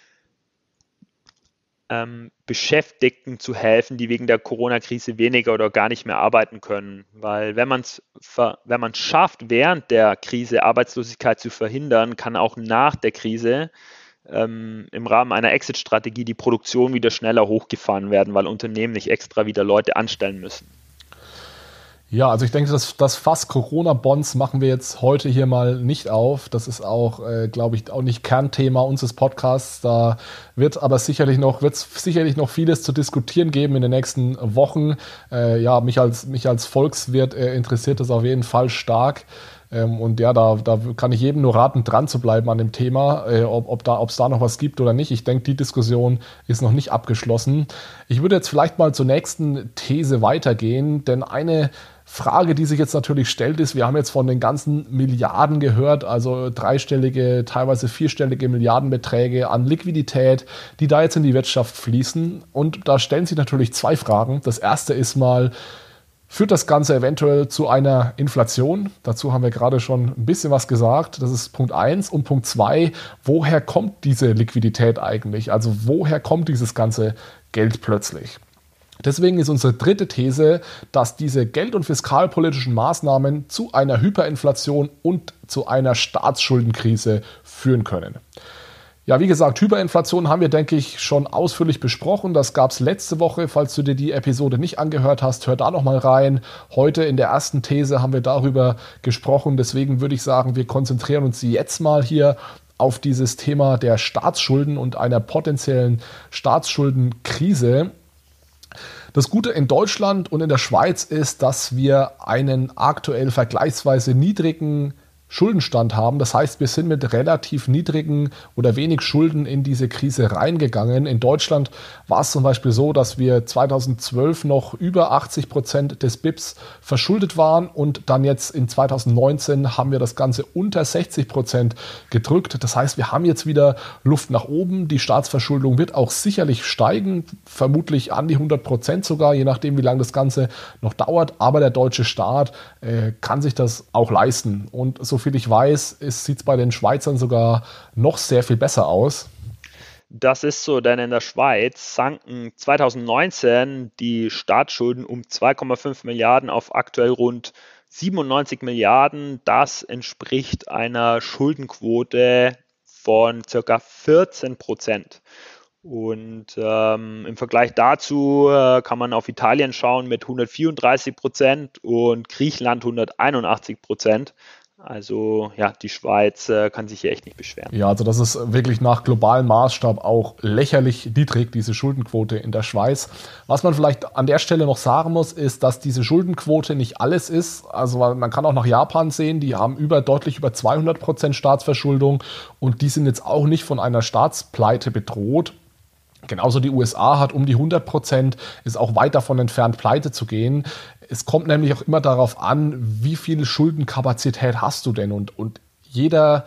Beschäftigten zu helfen, die wegen der Corona-Krise weniger oder gar nicht mehr arbeiten können. Weil wenn man es schafft, während der Krise Arbeitslosigkeit zu verhindern, kann auch nach der Krise im Rahmen einer Exit-Strategie die Produktion wieder schneller hochgefahren werden, weil Unternehmen nicht extra wieder Leute anstellen müssen. Ja, also ich denke, das Fass Corona-Bonds machen wir jetzt heute hier mal nicht auf. Das ist auch, glaube ich, auch nicht Kernthema unseres Podcasts. Da wird aber sicherlich noch vieles zu diskutieren geben in den nächsten Wochen. Ja, mich als Volkswirt interessiert das auf jeden Fall stark. Und ja, da kann ich jedem nur raten, dran zu bleiben an dem Thema, ob es da noch was gibt oder nicht. Ich denke, die Diskussion ist noch nicht abgeschlossen. Ich würde jetzt vielleicht mal zur nächsten These weitergehen, denn eine Frage, die sich jetzt natürlich stellt, ist, wir haben jetzt von den ganzen Milliarden gehört, also dreistellige, teilweise vierstellige Milliardenbeträge an Liquidität, die da jetzt in die Wirtschaft fließen. Und da stellen sich natürlich 2 Fragen. Das erste ist mal, führt das Ganze eventuell zu einer Inflation? Dazu haben wir gerade schon ein bisschen was gesagt. Das ist Punkt 1. Und Punkt 2, woher kommt diese Liquidität eigentlich? Also woher kommt dieses ganze Geld plötzlich? Deswegen ist unsere dritte These, dass diese geld- und fiskalpolitischen Maßnahmen zu einer Hyperinflation und zu einer Staatsschuldenkrise führen können. Ja, wie gesagt, Hyperinflation haben wir, denke ich, schon ausführlich besprochen. Das gab es letzte Woche. Falls du dir die Episode nicht angehört hast, hör da nochmal rein. Heute in der ersten These haben wir darüber gesprochen. Deswegen würde ich sagen, wir konzentrieren uns jetzt mal hier auf dieses Thema der Staatsschulden und einer potenziellen Staatsschuldenkrise. Das Gute in Deutschland und in der Schweiz ist, dass wir einen aktuell vergleichsweise niedrigen Schuldenstand haben. Das heißt, wir sind mit relativ niedrigen oder wenig Schulden in diese Krise reingegangen. In Deutschland war es zum Beispiel so, dass wir 2012 noch über 80% des BIPs verschuldet waren und dann jetzt in 2019 haben wir das Ganze unter 60% gedrückt. Das heißt, wir haben jetzt wieder Luft nach oben. Die Staatsverschuldung wird auch sicherlich steigen, vermutlich an die 100% sogar, je nachdem, wie lange das Ganze noch dauert. Aber der deutsche Staat kann sich das auch leisten. Und so viel ich weiß, sieht es bei den Schweizern sogar noch sehr viel besser aus. Das ist so, denn in der Schweiz sanken 2019 die Staatsschulden um 2,5 Milliarden auf aktuell rund 97 Milliarden. Das entspricht einer Schuldenquote von ca. 14%. Und im Vergleich dazu kann man auf Italien schauen mit 134% und Griechenland 181%. Also ja, die Schweiz kann sich hier echt nicht beschweren. Ja, also das ist wirklich nach globalem Maßstab auch lächerlich niedrig, diese Schuldenquote in der Schweiz. Was man vielleicht an der Stelle noch sagen muss, ist, dass diese Schuldenquote nicht alles ist. Also man kann auch nach Japan sehen, die haben deutlich über 200% Staatsverschuldung und die sind jetzt auch nicht von einer Staatspleite bedroht. Genauso die USA hat um die 100%, ist auch weit davon entfernt, pleite zu gehen. Es kommt nämlich auch immer darauf an, wie viel Schuldenkapazität hast du denn? Und jeder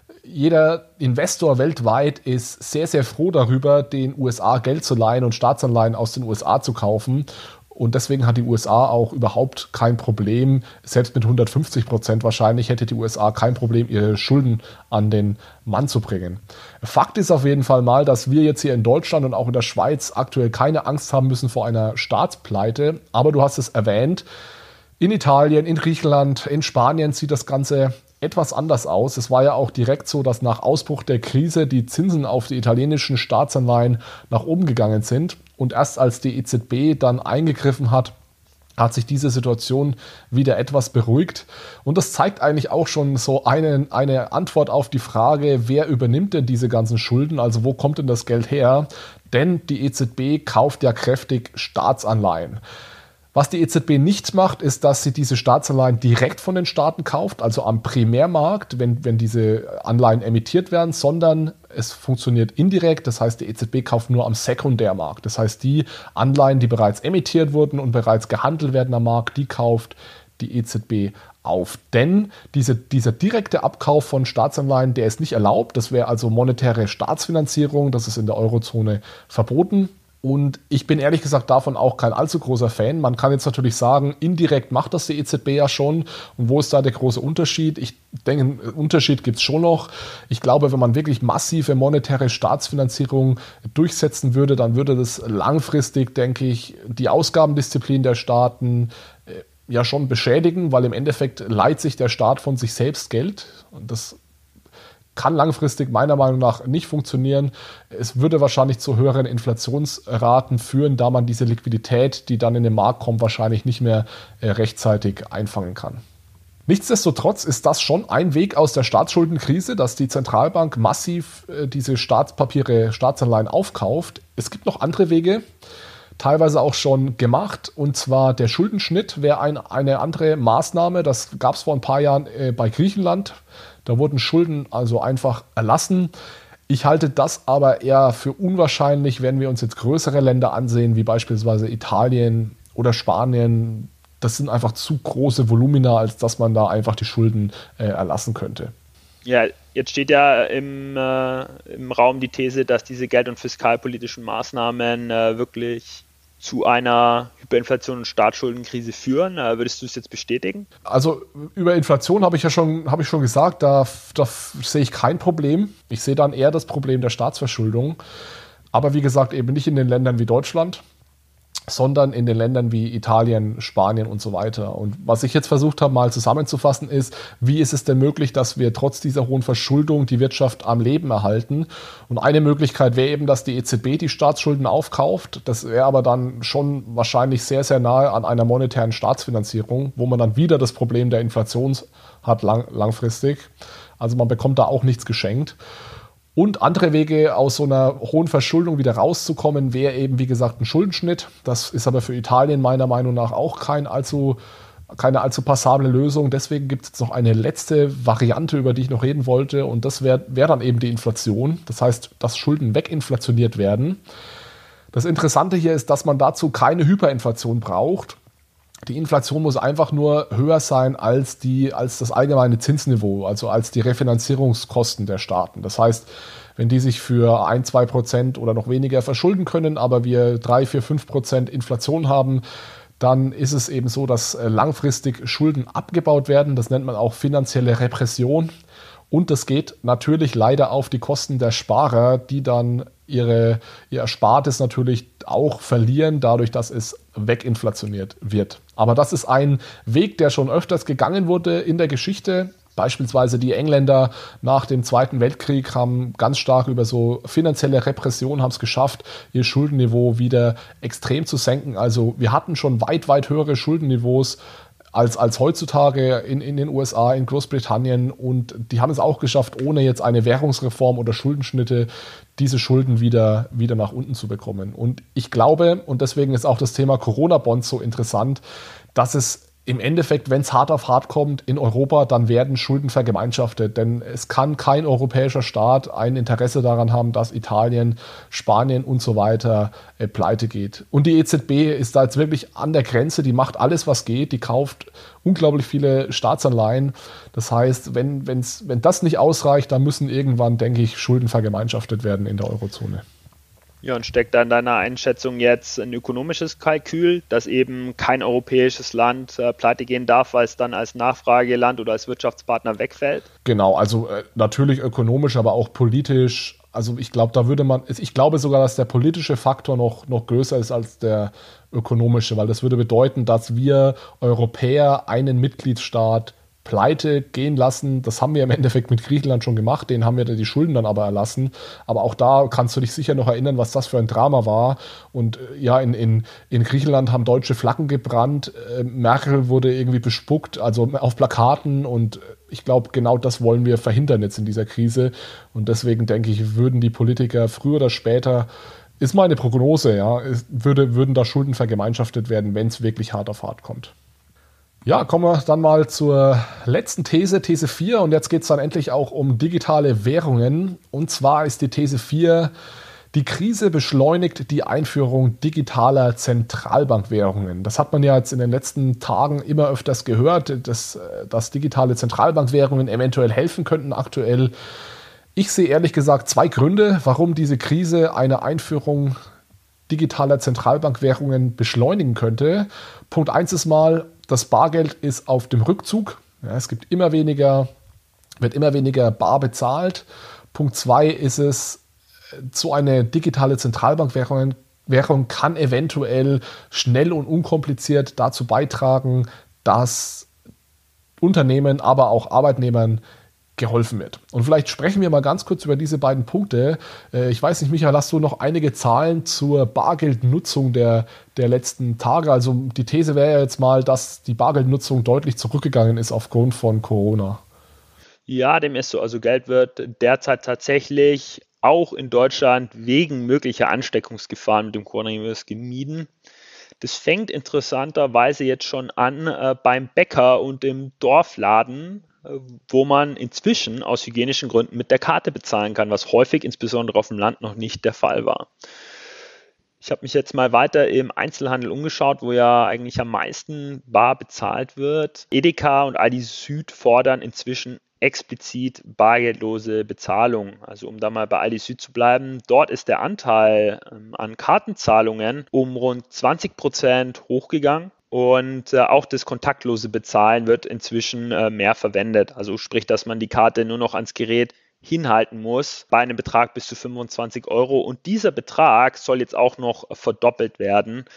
Investor weltweit ist sehr, sehr froh darüber, den USA Geld zu leihen und Staatsanleihen aus den USA zu kaufen. Und deswegen hat die USA auch überhaupt kein Problem, selbst mit 150% wahrscheinlich hätte die USA kein Problem, ihre Schulden an den Mann zu bringen. Fakt ist auf jeden Fall mal, dass wir jetzt hier in Deutschland und auch in der Schweiz aktuell keine Angst haben müssen vor einer Staatspleite. Aber du hast es erwähnt, in Italien, in Griechenland, in Spanien sieht das Ganze etwas anders aus. Es war ja auch direkt so, dass nach Ausbruch der Krise die Zinsen auf die italienischen Staatsanleihen nach oben gegangen sind. Und erst als die EZB dann eingegriffen hat, hat sich diese Situation wieder etwas beruhigt. Und das zeigt eigentlich auch schon so eine Antwort auf die Frage, wer übernimmt denn diese ganzen Schulden? Also wo kommt denn das Geld her? Denn die EZB kauft ja kräftig Staatsanleihen. Was die EZB nicht macht, ist, dass sie diese Staatsanleihen direkt von den Staaten kauft, also am Primärmarkt, wenn diese Anleihen emittiert werden, sondern es funktioniert indirekt. Das heißt, die EZB kauft nur am Sekundärmarkt. Das heißt, die Anleihen, die bereits emittiert wurden und bereits gehandelt werden am Markt, die kauft die EZB auf. Denn dieser direkte Abkauf von Staatsanleihen, der ist nicht erlaubt. Das wäre also monetäre Staatsfinanzierung. Das ist in der Eurozone verboten. Und ich bin ehrlich gesagt davon auch kein allzu großer Fan. Man kann jetzt natürlich sagen, indirekt macht das die EZB ja schon. Und wo ist da der große Unterschied? Ich denke, einen Unterschied gibt es schon noch. Ich glaube, wenn man wirklich massive monetäre Staatsfinanzierung durchsetzen würde, dann würde das langfristig, denke ich, die Ausgabendisziplin der Staaten ja schon beschädigen, weil im Endeffekt leiht sich der Staat von sich selbst Geld. Und das kann langfristig meiner Meinung nach nicht funktionieren. Es würde wahrscheinlich zu höheren Inflationsraten führen, da man diese Liquidität, die dann in den Markt kommt, wahrscheinlich nicht mehr rechtzeitig einfangen kann. Nichtsdestotrotz ist das schon ein Weg aus der Staatsschuldenkrise, dass die Zentralbank massiv diese Staatspapiere, Staatsanleihen aufkauft. Es gibt noch andere Wege, teilweise auch schon gemacht, und zwar der Schuldenschnitt wäre eine andere Maßnahme. Das gab es vor ein paar Jahren bei Griechenland. Da wurden Schulden also einfach erlassen. Ich halte das aber eher für unwahrscheinlich, wenn wir uns jetzt größere Länder ansehen, wie beispielsweise Italien oder Spanien. Das sind einfach zu große Volumina, als dass man da einfach die Schulden erlassen könnte. Ja, jetzt steht ja im Raum die These, dass diese geld- und fiskalpolitischen Maßnahmen wirklich zu einer Hyperinflation und Staatsschuldenkrise führen. Würdest du es jetzt bestätigen? Also über Inflation habe ich schon gesagt, da sehe ich kein Problem. Ich sehe dann eher das Problem der Staatsverschuldung. Aber wie gesagt, eben nicht in den Ländern wie Deutschland. sondern in den Ländern wie Italien, Spanien und so weiter. Und was ich jetzt versucht habe, mal zusammenzufassen, ist, wie ist es denn möglich, dass wir trotz dieser hohen Verschuldung die Wirtschaft am Leben erhalten? Und eine Möglichkeit wäre eben, dass die EZB die Staatsschulden aufkauft. Das wäre aber dann schon wahrscheinlich sehr, sehr nahe an einer monetären Staatsfinanzierung, wo man dann wieder das Problem der Inflation hat langfristig. Also man bekommt da auch nichts geschenkt. Und andere Wege, aus so einer hohen Verschuldung wieder rauszukommen, wäre eben, wie gesagt, ein Schuldenschnitt. Das ist aber für Italien meiner Meinung nach auch keine allzu passable Lösung. Deswegen gibt es jetzt noch eine letzte Variante, über die ich noch reden wollte. Und das wäre dann eben die Inflation. Das heißt, dass Schulden weginflationiert werden. Das Interessante hier ist, dass man dazu keine Hyperinflation braucht. Die Inflation muss einfach nur höher sein als das allgemeine Zinsniveau, also als die Refinanzierungskosten der Staaten. Das heißt, wenn die sich für 1-2% oder noch weniger verschulden können, aber wir 3-4-5% Inflation haben, dann ist es eben so, dass langfristig Schulden abgebaut werden. Das nennt man auch finanzielle Repression. Und das geht natürlich leider auf die Kosten der Sparer, die dann ihr Erspartes natürlich auch verlieren, dadurch, dass es weginflationiert wird. Aber das ist ein Weg, der schon öfters gegangen wurde in der Geschichte. Beispielsweise die Engländer nach dem Zweiten Weltkrieg haben ganz stark über so finanzielle Repression haben es geschafft, ihr Schuldenniveau wieder extrem zu senken. Also wir hatten schon weit, weit höhere Schuldenniveaus als heutzutage in den USA, in Großbritannien, und die haben es auch geschafft, ohne jetzt eine Währungsreform oder Schuldenschnitte diese Schulden wieder nach unten zu bekommen. Und ich glaube, und deswegen ist auch das Thema Corona-Bonds so interessant, dass es im Endeffekt, wenn es hart auf hart kommt in Europa, dann werden Schulden vergemeinschaftet. Denn es kann kein europäischer Staat ein Interesse daran haben, dass Italien, Spanien und so weiter pleite geht. Und die EZB ist da jetzt wirklich an der Grenze, die macht alles, was geht, die kauft unglaublich viele Staatsanleihen. Das heißt, wenn das nicht ausreicht, dann müssen irgendwann, denke ich, Schulden vergemeinschaftet werden in der Eurozone. Ja, und steckt da in deiner Einschätzung jetzt ein ökonomisches Kalkül, dass eben kein europäisches Land pleite gehen darf, weil es dann als Nachfrageland oder als Wirtschaftspartner wegfällt? Genau, also natürlich ökonomisch, aber auch politisch. Also ich glaube, ich glaube sogar, dass der politische Faktor noch größer ist als der ökonomische, weil das würde bedeuten, dass wir Europäer einen Mitgliedstaat pleite gehen lassen. Das haben wir im Endeffekt mit Griechenland schon gemacht, denen haben wir die Schulden dann aber erlassen. Aber auch da kannst du dich sicher noch erinnern, was das für ein Drama war. Und ja, in Griechenland haben deutsche Flaggen gebrannt, Merkel wurde irgendwie bespuckt, also auf Plakaten, und ich glaube, genau das wollen wir verhindern jetzt in dieser Krise. Und deswegen denke ich, würden die Politiker früher oder später, ist meine Prognose, ja, würden da Schulden vergemeinschaftet werden, wenn es wirklich hart auf hart kommt. Ja, kommen wir dann mal zur letzten These, These 4. Und jetzt geht es dann endlich auch um digitale Währungen. Und zwar ist die These 4, die Krise beschleunigt die Einführung digitaler Zentralbankwährungen. Das hat man ja jetzt in den letzten Tagen immer öfters gehört, dass digitale Zentralbankwährungen eventuell helfen könnten aktuell. Ich sehe ehrlich gesagt 2 Gründe, warum diese Krise eine Einführung digitaler Zentralbankwährungen beschleunigen könnte. Punkt 1 ist mal, das Bargeld ist auf dem Rückzug. Ja, es wird immer weniger bar bezahlt. Punkt 2 ist es, so eine digitale Zentralbankwährung kann eventuell schnell und unkompliziert dazu beitragen, dass Unternehmen, aber auch Arbeitnehmern geholfen wird. Und vielleicht sprechen wir mal ganz kurz über diese beiden Punkte. Ich weiß nicht, Michael, hast du noch einige Zahlen zur Bargeldnutzung der letzten Tage? Also die These wäre ja jetzt mal, dass die Bargeldnutzung deutlich zurückgegangen ist aufgrund von Corona. Ja, dem ist so. Also Geld wird derzeit tatsächlich auch in Deutschland wegen möglicher Ansteckungsgefahren mit dem Coronavirus gemieden. Das fängt interessanterweise jetzt schon an beim Bäcker und im Dorfladen, wo man inzwischen aus hygienischen Gründen mit der Karte bezahlen kann, was häufig insbesondere auf dem Land noch nicht der Fall war. Ich habe mich jetzt mal weiter im Einzelhandel umgeschaut, wo ja eigentlich am meisten bar bezahlt wird. Edeka und Aldi Süd fordern inzwischen explizit bargeldlose Bezahlung. Also um da mal bei Aldi Süd zu bleiben, dort ist der Anteil an Kartenzahlungen um rund 20% hochgegangen. Und auch das kontaktlose Bezahlen wird inzwischen mehr verwendet. Also sprich, dass man die Karte nur noch ans Gerät hinhalten muss bei einem Betrag bis zu 25 Euro. Und dieser Betrag soll jetzt auch noch verdoppelt werden.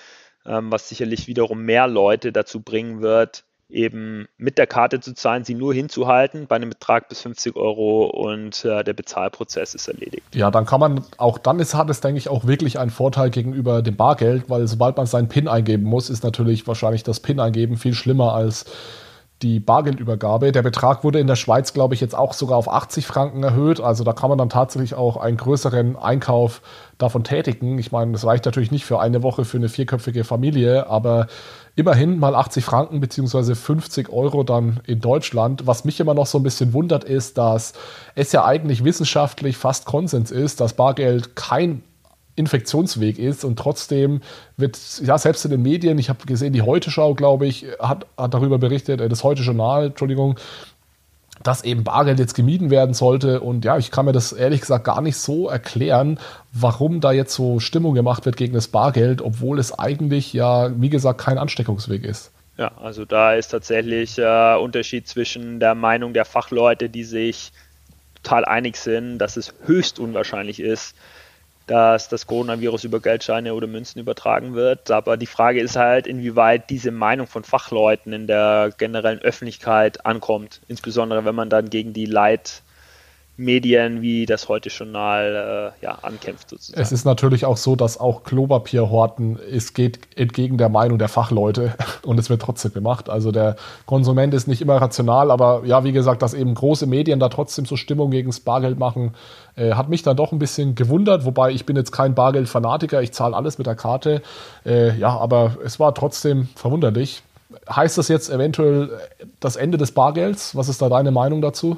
was sicherlich wiederum mehr Leute dazu bringen wird, eben mit der Karte zu zahlen, sie nur hinzuhalten bei einem Betrag bis 50 Euro und der Bezahlprozess ist erledigt. Ja, dann kann man, auch dann hat es, denke ich, auch wirklich einen Vorteil gegenüber dem Bargeld, weil sobald man seinen PIN eingeben muss, ist natürlich wahrscheinlich das PIN eingeben viel schlimmer als die Bargeldübergabe. Der Betrag wurde in der Schweiz, glaube ich, jetzt auch sogar auf 80 Franken erhöht. Also da kann man dann tatsächlich auch einen größeren Einkauf davon tätigen. Ich meine, das reicht natürlich nicht für eine Woche für eine 4-köpfige Familie, aber immerhin mal 80 Franken bzw. 50 Euro dann in Deutschland. Was mich immer noch so ein bisschen wundert, ist, dass es ja eigentlich wissenschaftlich fast Konsens ist, dass Bargeld kein Infektionsweg ist und trotzdem wird, ja, selbst in den Medien, ich habe gesehen, die Heute-Schau, glaube ich, hat darüber berichtet, das Heute-Journal, Entschuldigung, dass eben Bargeld jetzt gemieden werden sollte und ja, ich kann mir das ehrlich gesagt gar nicht so erklären, warum da jetzt so Stimmung gemacht wird gegen das Bargeld, obwohl es eigentlich ja, wie gesagt, kein Ansteckungsweg ist. Ja, also da ist tatsächlich Unterschied zwischen der Meinung der Fachleute, die sich total einig sind, dass es höchst unwahrscheinlich ist, dass das Coronavirus über Geldscheine oder Münzen übertragen wird. Aber die Frage ist halt, inwieweit diese Meinung von Fachleuten in der generellen Öffentlichkeit ankommt. Insbesondere, wenn man dann gegen die Leitmedien wie das Heute-Journal ankämpft sozusagen. Es ist natürlich auch so, dass auch Klopapierhorten, es geht entgegen der Meinung der Fachleute und es wird trotzdem gemacht. Also der Konsument ist nicht immer rational, aber ja, wie gesagt, dass eben große Medien da trotzdem so Stimmung gegen das Bargeld machen, hat mich dann doch ein bisschen gewundert, wobei ich bin jetzt kein Bargeld-Fanatiker, ich zahle alles mit der Karte. Aber es war trotzdem verwunderlich. Heißt das jetzt eventuell das Ende des Bargelds? Was ist da deine Meinung dazu?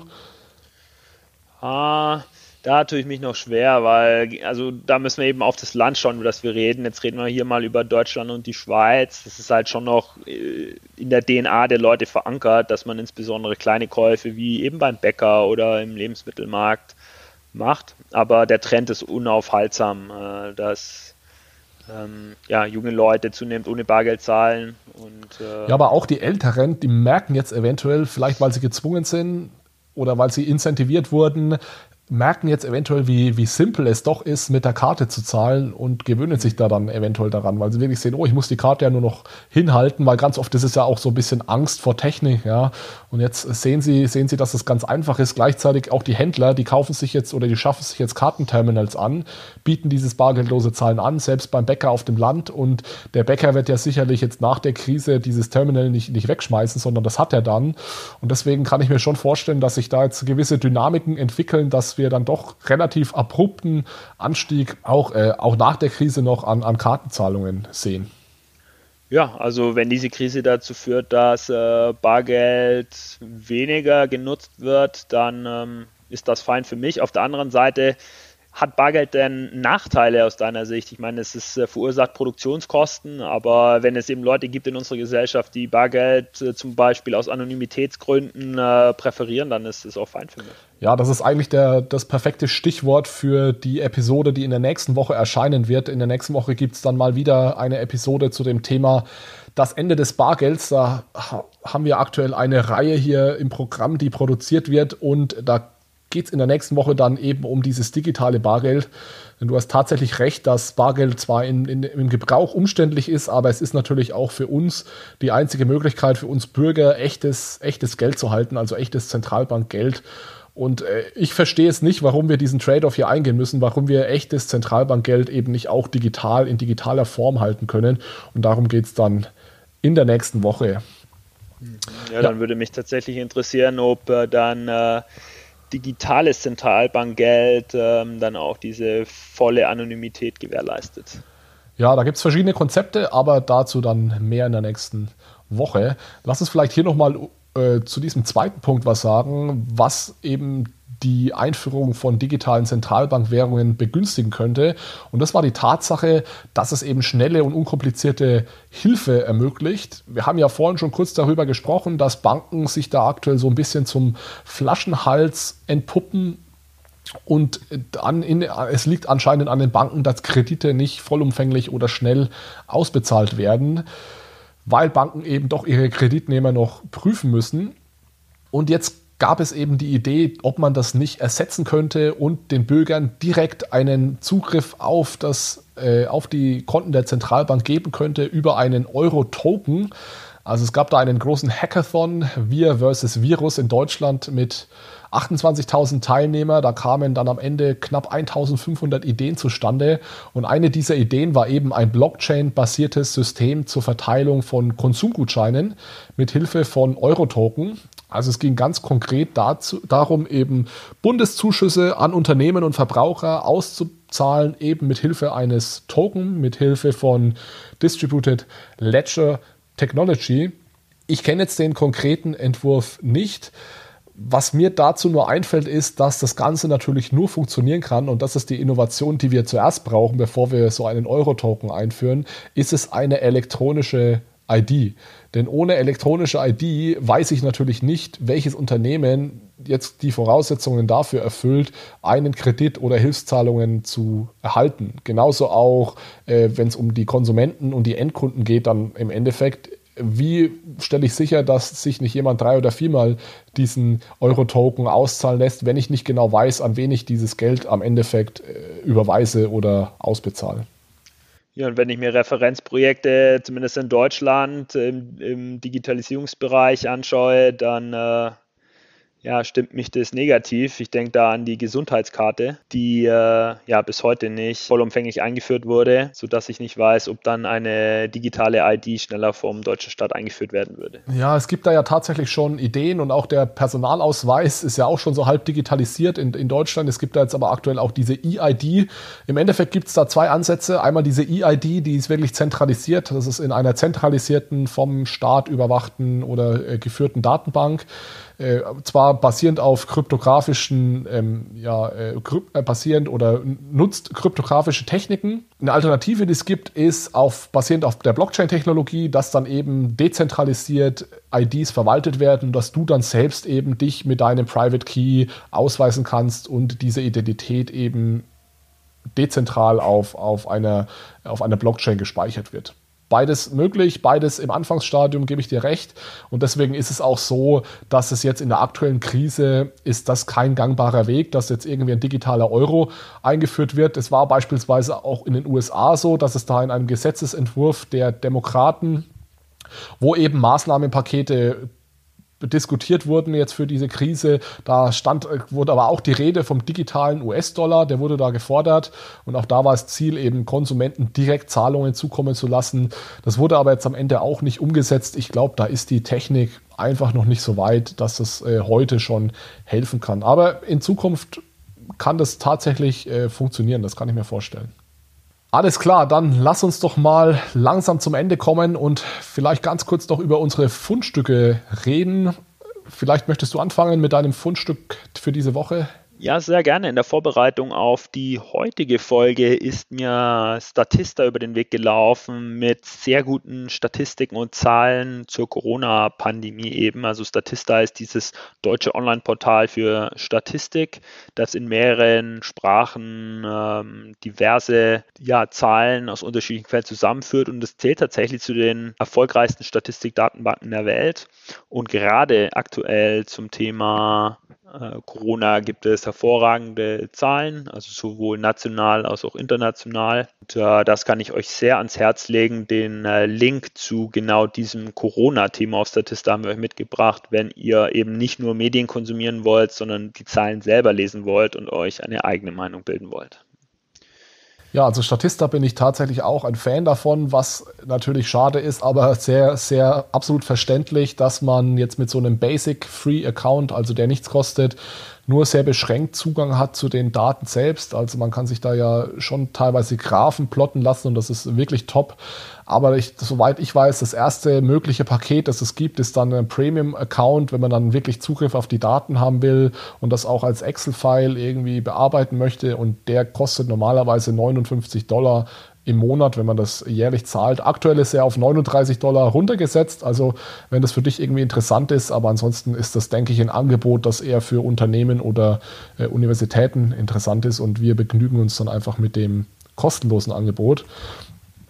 Da tue ich mich noch schwer, weil also da müssen wir eben auf das Land schauen, über das wir reden. Jetzt reden wir hier mal über Deutschland und die Schweiz. Das ist halt schon noch in der DNA der Leute verankert, dass man insbesondere kleine Käufe wie eben beim Bäcker oder im Lebensmittelmarkt macht. Aber der Trend ist unaufhaltsam, dass junge Leute zunehmend ohne Bargeld zahlen. Ja, aber auch die Älteren, die merken jetzt eventuell, vielleicht weil sie gezwungen sind oder weil sie incentiviert wurden, merken jetzt eventuell, wie simpel es doch ist, mit der Karte zu zahlen und gewöhnen sich da dann eventuell daran, weil sie wirklich sehen, oh, ich muss die Karte ja nur noch hinhalten, weil ganz oft ist es ja auch so ein bisschen Angst vor Technik, ja. Und jetzt sehen sie, dass es ganz einfach ist. Gleichzeitig auch die Händler, die kaufen sich jetzt oder die schaffen sich jetzt Kartenterminals an, bieten dieses bargeldlose Zahlen an, selbst beim Bäcker auf dem Land. Und der Bäcker wird ja sicherlich jetzt nach der Krise dieses Terminal nicht wegschmeißen, sondern das hat er dann. Und deswegen kann ich mir schon vorstellen, dass sich da jetzt gewisse Dynamiken entwickeln, dass wir dann doch relativ abrupten Anstieg auch nach der Krise noch an Kartenzahlungen sehen. Ja, also wenn diese Krise dazu führt, dass Bargeld weniger genutzt wird, dann ist das fein für mich. Auf der anderen Seite hat Bargeld denn Nachteile aus deiner Sicht? Ich meine, es verursacht Produktionskosten, aber wenn es eben Leute gibt in unserer Gesellschaft, die Bargeld zum Beispiel aus Anonymitätsgründen präferieren, dann ist es auch fein für mich. Ja, das ist eigentlich das perfekte Stichwort für die Episode, die in der nächsten Woche erscheinen wird. In der nächsten Woche gibt es dann mal wieder eine Episode zu dem Thema das Ende des Bargelds. Da haben wir aktuell eine Reihe hier im Programm, die produziert wird, und da geht es in der nächsten Woche dann eben um dieses digitale Bargeld. Denn du hast tatsächlich recht, dass Bargeld zwar im Gebrauch umständlich ist, aber es ist natürlich auch für uns die einzige Möglichkeit, für uns Bürger echtes Geld zu halten, also echtes Zentralbankgeld. Und ich verstehe es nicht, warum wir diesen Trade-off hier eingehen müssen, warum wir echtes Zentralbankgeld eben nicht auch digital, in digitaler Form halten können. Und darum geht es dann in der nächsten Woche. Ja, dann würde mich tatsächlich interessieren, ob dann digitales Zentralbankgeld dann auch diese volle Anonymität gewährleistet. Ja, da gibt es verschiedene Konzepte, aber dazu dann mehr in der nächsten Woche. Lass uns vielleicht hier nochmal zu diesem zweiten Punkt was sagen, was eben die Einführung von digitalen Zentralbankwährungen begünstigen könnte. Und das war die Tatsache, dass es eben schnelle und unkomplizierte Hilfe ermöglicht. Wir haben ja vorhin schon kurz darüber gesprochen, dass Banken sich da aktuell so ein bisschen zum Flaschenhals entpuppen. Und es liegt anscheinend an den Banken, dass Kredite nicht vollumfänglich oder schnell ausbezahlt werden, weil Banken eben doch ihre Kreditnehmer noch prüfen müssen. Und jetzt gab es eben die Idee, ob man das nicht ersetzen könnte und den Bürgern direkt einen Zugriff auf die Konten der Zentralbank geben könnte über einen Euro-Token. Also es gab da einen großen Hackathon, Wir versus Virus in Deutschland mit 28.000 Teilnehmer. Da kamen dann am Ende knapp 1.500 Ideen zustande. Und eine dieser Ideen war eben ein Blockchain-basiertes System zur Verteilung von Konsumgutscheinen mit Hilfe von Euro-Token. Also es ging ganz konkret darum, eben Bundeszuschüsse an Unternehmen und Verbraucher auszuzahlen, eben mit Hilfe eines Token, mit Hilfe von Distributed Ledger Technology. Ich kenne jetzt den konkreten Entwurf nicht. Was mir dazu nur einfällt, ist, dass das Ganze natürlich nur funktionieren kann, und das ist die Innovation, die wir zuerst brauchen, bevor wir so einen Euro-Token einführen, ist es eine elektronische ID. Denn ohne elektronische ID weiß ich natürlich nicht, welches Unternehmen jetzt die Voraussetzungen dafür erfüllt, einen Kredit oder Hilfszahlungen zu erhalten. Genauso auch, wenn es um die Konsumenten und die Endkunden geht, dann im Endeffekt, wie stelle ich sicher, dass sich nicht jemand 3- oder 4-mal diesen Euro-Token auszahlen lässt, wenn ich nicht genau weiß, an wen ich dieses Geld am Endeffekt überweise oder ausbezahle. Ja, und wenn ich mir Referenzprojekte, zumindest in Deutschland, im Digitalisierungsbereich anschaue, dann stimmt mich das negativ. Ich denke da an die Gesundheitskarte, die bis heute nicht vollumfänglich eingeführt wurde, sodass ich nicht weiß, ob dann eine digitale ID schneller vom deutschen Staat eingeführt werden würde. Ja, es gibt da ja tatsächlich schon Ideen, und auch der Personalausweis ist ja auch schon so halb digitalisiert in Deutschland. Es gibt da jetzt aber aktuell auch diese E-ID. Im Endeffekt gibt es da zwei Ansätze. Einmal diese E-ID, die ist wirklich zentralisiert. Das ist in einer zentralisierten, vom Staat überwachten oder geführten Datenbank. Zwar basierend auf basierend oder nutzt kryptografische Techniken. Eine Alternative, die es gibt, ist basierend auf der Blockchain-Technologie, dass dann eben dezentralisiert IDs verwaltet werden, dass du dann selbst eben dich mit deinem Private Key ausweisen kannst und diese Identität eben dezentral auf einer Blockchain gespeichert wird. Beides möglich, beides im Anfangsstadium, gebe ich dir recht. Und deswegen ist es auch so, dass es jetzt in der aktuellen Krise ist das kein gangbarer Weg, dass jetzt irgendwie ein digitaler Euro eingeführt wird. Es war beispielsweise auch in den USA so, dass es da in einem Gesetzesentwurf der Demokraten, wo eben Maßnahmenpakete diskutiert wurden jetzt für diese Krise. Wurde aber auch die Rede vom digitalen US-Dollar, der wurde da gefordert, und auch da war das Ziel, eben Konsumenten direkt Zahlungen zukommen zu lassen. Das wurde aber jetzt am Ende auch nicht umgesetzt. Ich glaube, da ist die Technik einfach noch nicht so weit, dass es heute schon helfen kann. Aber in Zukunft kann das tatsächlich funktionieren, das kann ich mir vorstellen. Alles klar, dann lass uns doch mal langsam zum Ende kommen und vielleicht ganz kurz noch über unsere Fundstücke reden. Vielleicht möchtest du anfangen mit deinem Fundstück für diese Woche? Ja, sehr gerne. In der Vorbereitung auf die heutige Folge ist mir Statista über den Weg gelaufen mit sehr guten Statistiken und Zahlen zur Corona-Pandemie eben. Also Statista ist dieses deutsche Online-Portal für Statistik, das in mehreren Sprachen diverse Zahlen aus unterschiedlichen Quellen zusammenführt, und es zählt tatsächlich zu den erfolgreichsten Statistikdatenbanken der Welt. Und gerade aktuell zum Thema Corona gibt es hervorragende Zahlen, also sowohl national als auch international. Und das kann ich euch sehr ans Herz legen. Den Link zu genau diesem Corona-Thema auf Statista haben wir euch mitgebracht, wenn ihr eben nicht nur Medien konsumieren wollt, sondern die Zahlen selber lesen wollt und euch eine eigene Meinung bilden wollt. Ja, also Statista bin ich tatsächlich auch ein Fan davon, was natürlich schade ist, aber sehr, sehr absolut verständlich, dass man jetzt mit so einem Basic-Free-Account, also der nichts kostet, nur sehr beschränkt Zugang hat zu den Daten selbst. Also man kann sich da ja schon teilweise Graphen plotten lassen, und das ist wirklich top. Aber soweit ich weiß, das erste mögliche Paket, das es gibt, ist dann ein Premium-Account, wenn man dann wirklich Zugriff auf die Daten haben will und das auch als Excel-File irgendwie bearbeiten möchte. Und der kostet normalerweise $59 im Monat, wenn man das jährlich zahlt. Aktuell ist er auf $39 runtergesetzt, also wenn das für dich irgendwie interessant ist, aber ansonsten ist das, denke ich, ein Angebot, das eher für Unternehmen oder Universitäten interessant ist, und wir begnügen uns dann einfach mit dem kostenlosen Angebot.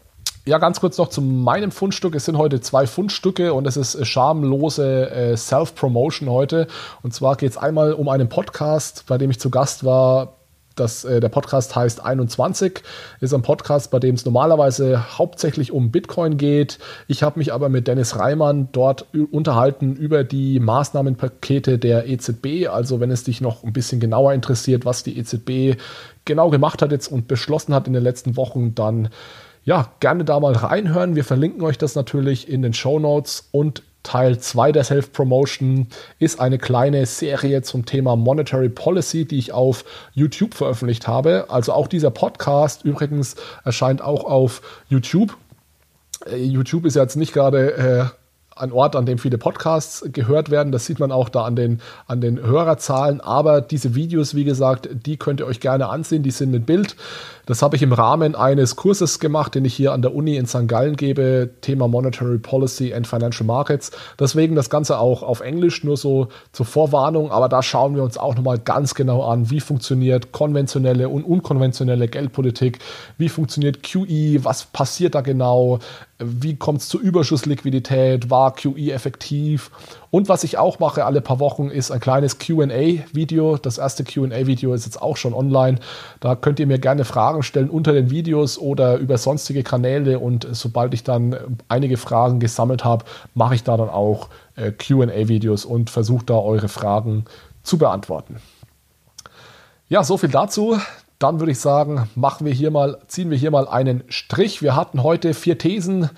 Ja, ganz kurz noch zu meinem Fundstück. Es sind heute 2 Fundstücke und es ist schamlose Self-Promotion heute. Und zwar geht es einmal um einen Podcast, bei dem ich zu Gast war. Der Podcast heißt 21, ist ein Podcast, bei dem es normalerweise hauptsächlich um Bitcoin geht. Ich habe mich aber mit Dennis Reimann dort unterhalten über die Maßnahmenpakete der EZB. Also wenn es dich noch ein bisschen genauer interessiert, was die EZB genau gemacht hat jetzt und beschlossen hat in den letzten Wochen, dann ja, gerne da mal reinhören. Wir verlinken euch das natürlich in den Shownotes und Teil 2 der Self-Promotion ist eine kleine Serie zum Thema Monetary Policy, die ich auf YouTube veröffentlicht habe. Also auch dieser Podcast übrigens erscheint auch auf YouTube. YouTube ist ja jetzt nicht gerade ein Ort, an dem viele Podcasts gehört werden. Das sieht man auch da an den Hörerzahlen. Aber diese Videos, wie gesagt, die könnt ihr euch gerne ansehen. Die sind mit Bild. Das habe ich im Rahmen eines Kurses gemacht, den ich hier an der Uni in St. Gallen gebe. Thema Monetary Policy and Financial Markets. Deswegen das Ganze auch auf Englisch, nur so zur Vorwarnung. Aber da schauen wir uns auch nochmal ganz genau an, wie funktioniert konventionelle und unkonventionelle Geldpolitik. Wie funktioniert QE? Was passiert da genau? Wie kommt es zur Überschussliquidität? War QE effektiv? Und was ich auch mache alle paar Wochen ist ein kleines Q&A-Video. Das erste Q&A-Video ist jetzt auch schon online. Da könnt ihr mir gerne Fragen stellen unter den Videos oder über sonstige Kanäle. Und sobald ich dann einige Fragen gesammelt habe, mache ich da dann auch Q&A-Videos und versuche da eure Fragen zu beantworten. Ja, so viel dazu. Dann würde ich sagen, ziehen wir hier mal einen Strich. Wir hatten heute 4 Thesen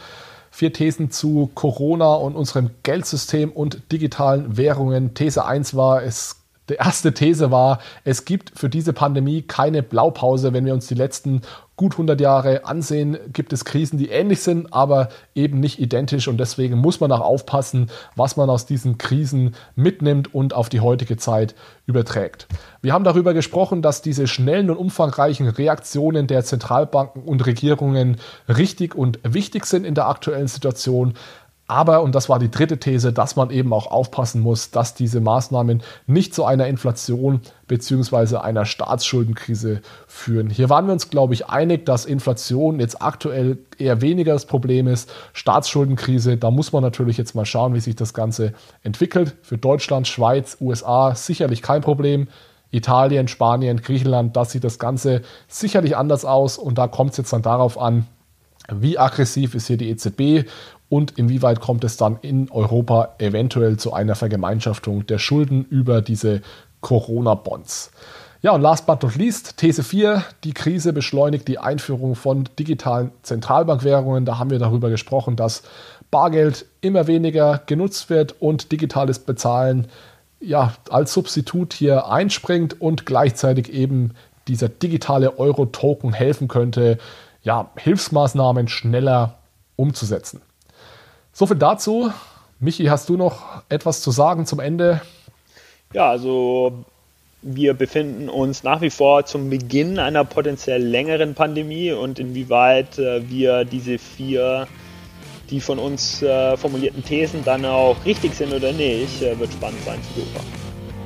zu Corona und unserem Geldsystem und digitalen Währungen. These 1 war, die erste These war, es gibt für diese Pandemie keine Blaupause. Wenn wir uns die letzten gut 100 Jahre ansehen, gibt es Krisen, die ähnlich sind, aber eben nicht identisch. Und deswegen muss man auch aufpassen, was man aus diesen Krisen mitnimmt und auf die heutige Zeit überträgt. Wir haben darüber gesprochen, dass diese schnellen und umfangreichen Reaktionen der Zentralbanken und Regierungen richtig und wichtig sind in der aktuellen Situation. Aber, und das war die dritte These, dass man eben auch aufpassen muss, dass diese Maßnahmen nicht zu einer Inflation bzw. einer Staatsschuldenkrise führen. Hier waren wir uns, glaube ich, einig, dass Inflation jetzt aktuell eher weniger das Problem ist. Staatsschuldenkrise, da muss man natürlich jetzt mal schauen, wie sich das Ganze entwickelt. Für Deutschland, Schweiz, USA sicherlich kein Problem. Italien, Spanien, Griechenland, da sieht das Ganze sicherlich anders aus. Und da kommt es jetzt dann darauf an, wie aggressiv ist hier die EZB und inwieweit kommt es dann in Europa eventuell zu einer Vergemeinschaftung der Schulden über diese Corona-Bonds. Ja, und last but not least, These 4, die Krise beschleunigt die Einführung von digitalen Zentralbankwährungen. Da haben wir darüber gesprochen, dass Bargeld immer weniger genutzt wird und digitales Bezahlen ja als Substitut hier einspringt und gleichzeitig eben dieser digitale Euro-Token helfen könnte, ja, Hilfsmaßnahmen schneller umzusetzen. So viel dazu. Michi, hast du noch etwas zu sagen zum Ende? Ja, also wir befinden uns nach wie vor zum Beginn einer potenziell längeren Pandemie und inwieweit wir diese 4, die von uns formulierten Thesen dann auch richtig sind oder nicht, wird spannend sein zu beobachten.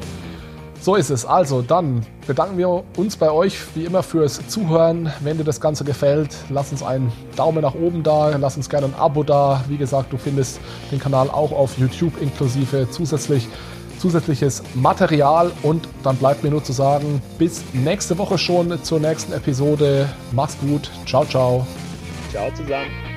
So ist es. Also dann bedanken wir uns bei euch wie immer fürs Zuhören. Wenn dir das Ganze gefällt, lass uns einen Daumen nach oben da, lass uns gerne ein Abo da. Wie gesagt, du findest den Kanal auch auf YouTube inklusive zusätzliches Material. Und dann bleibt mir nur zu sagen, bis nächste Woche schon zur nächsten Episode. Mach's gut. Ciao, ciao. Ciao zusammen.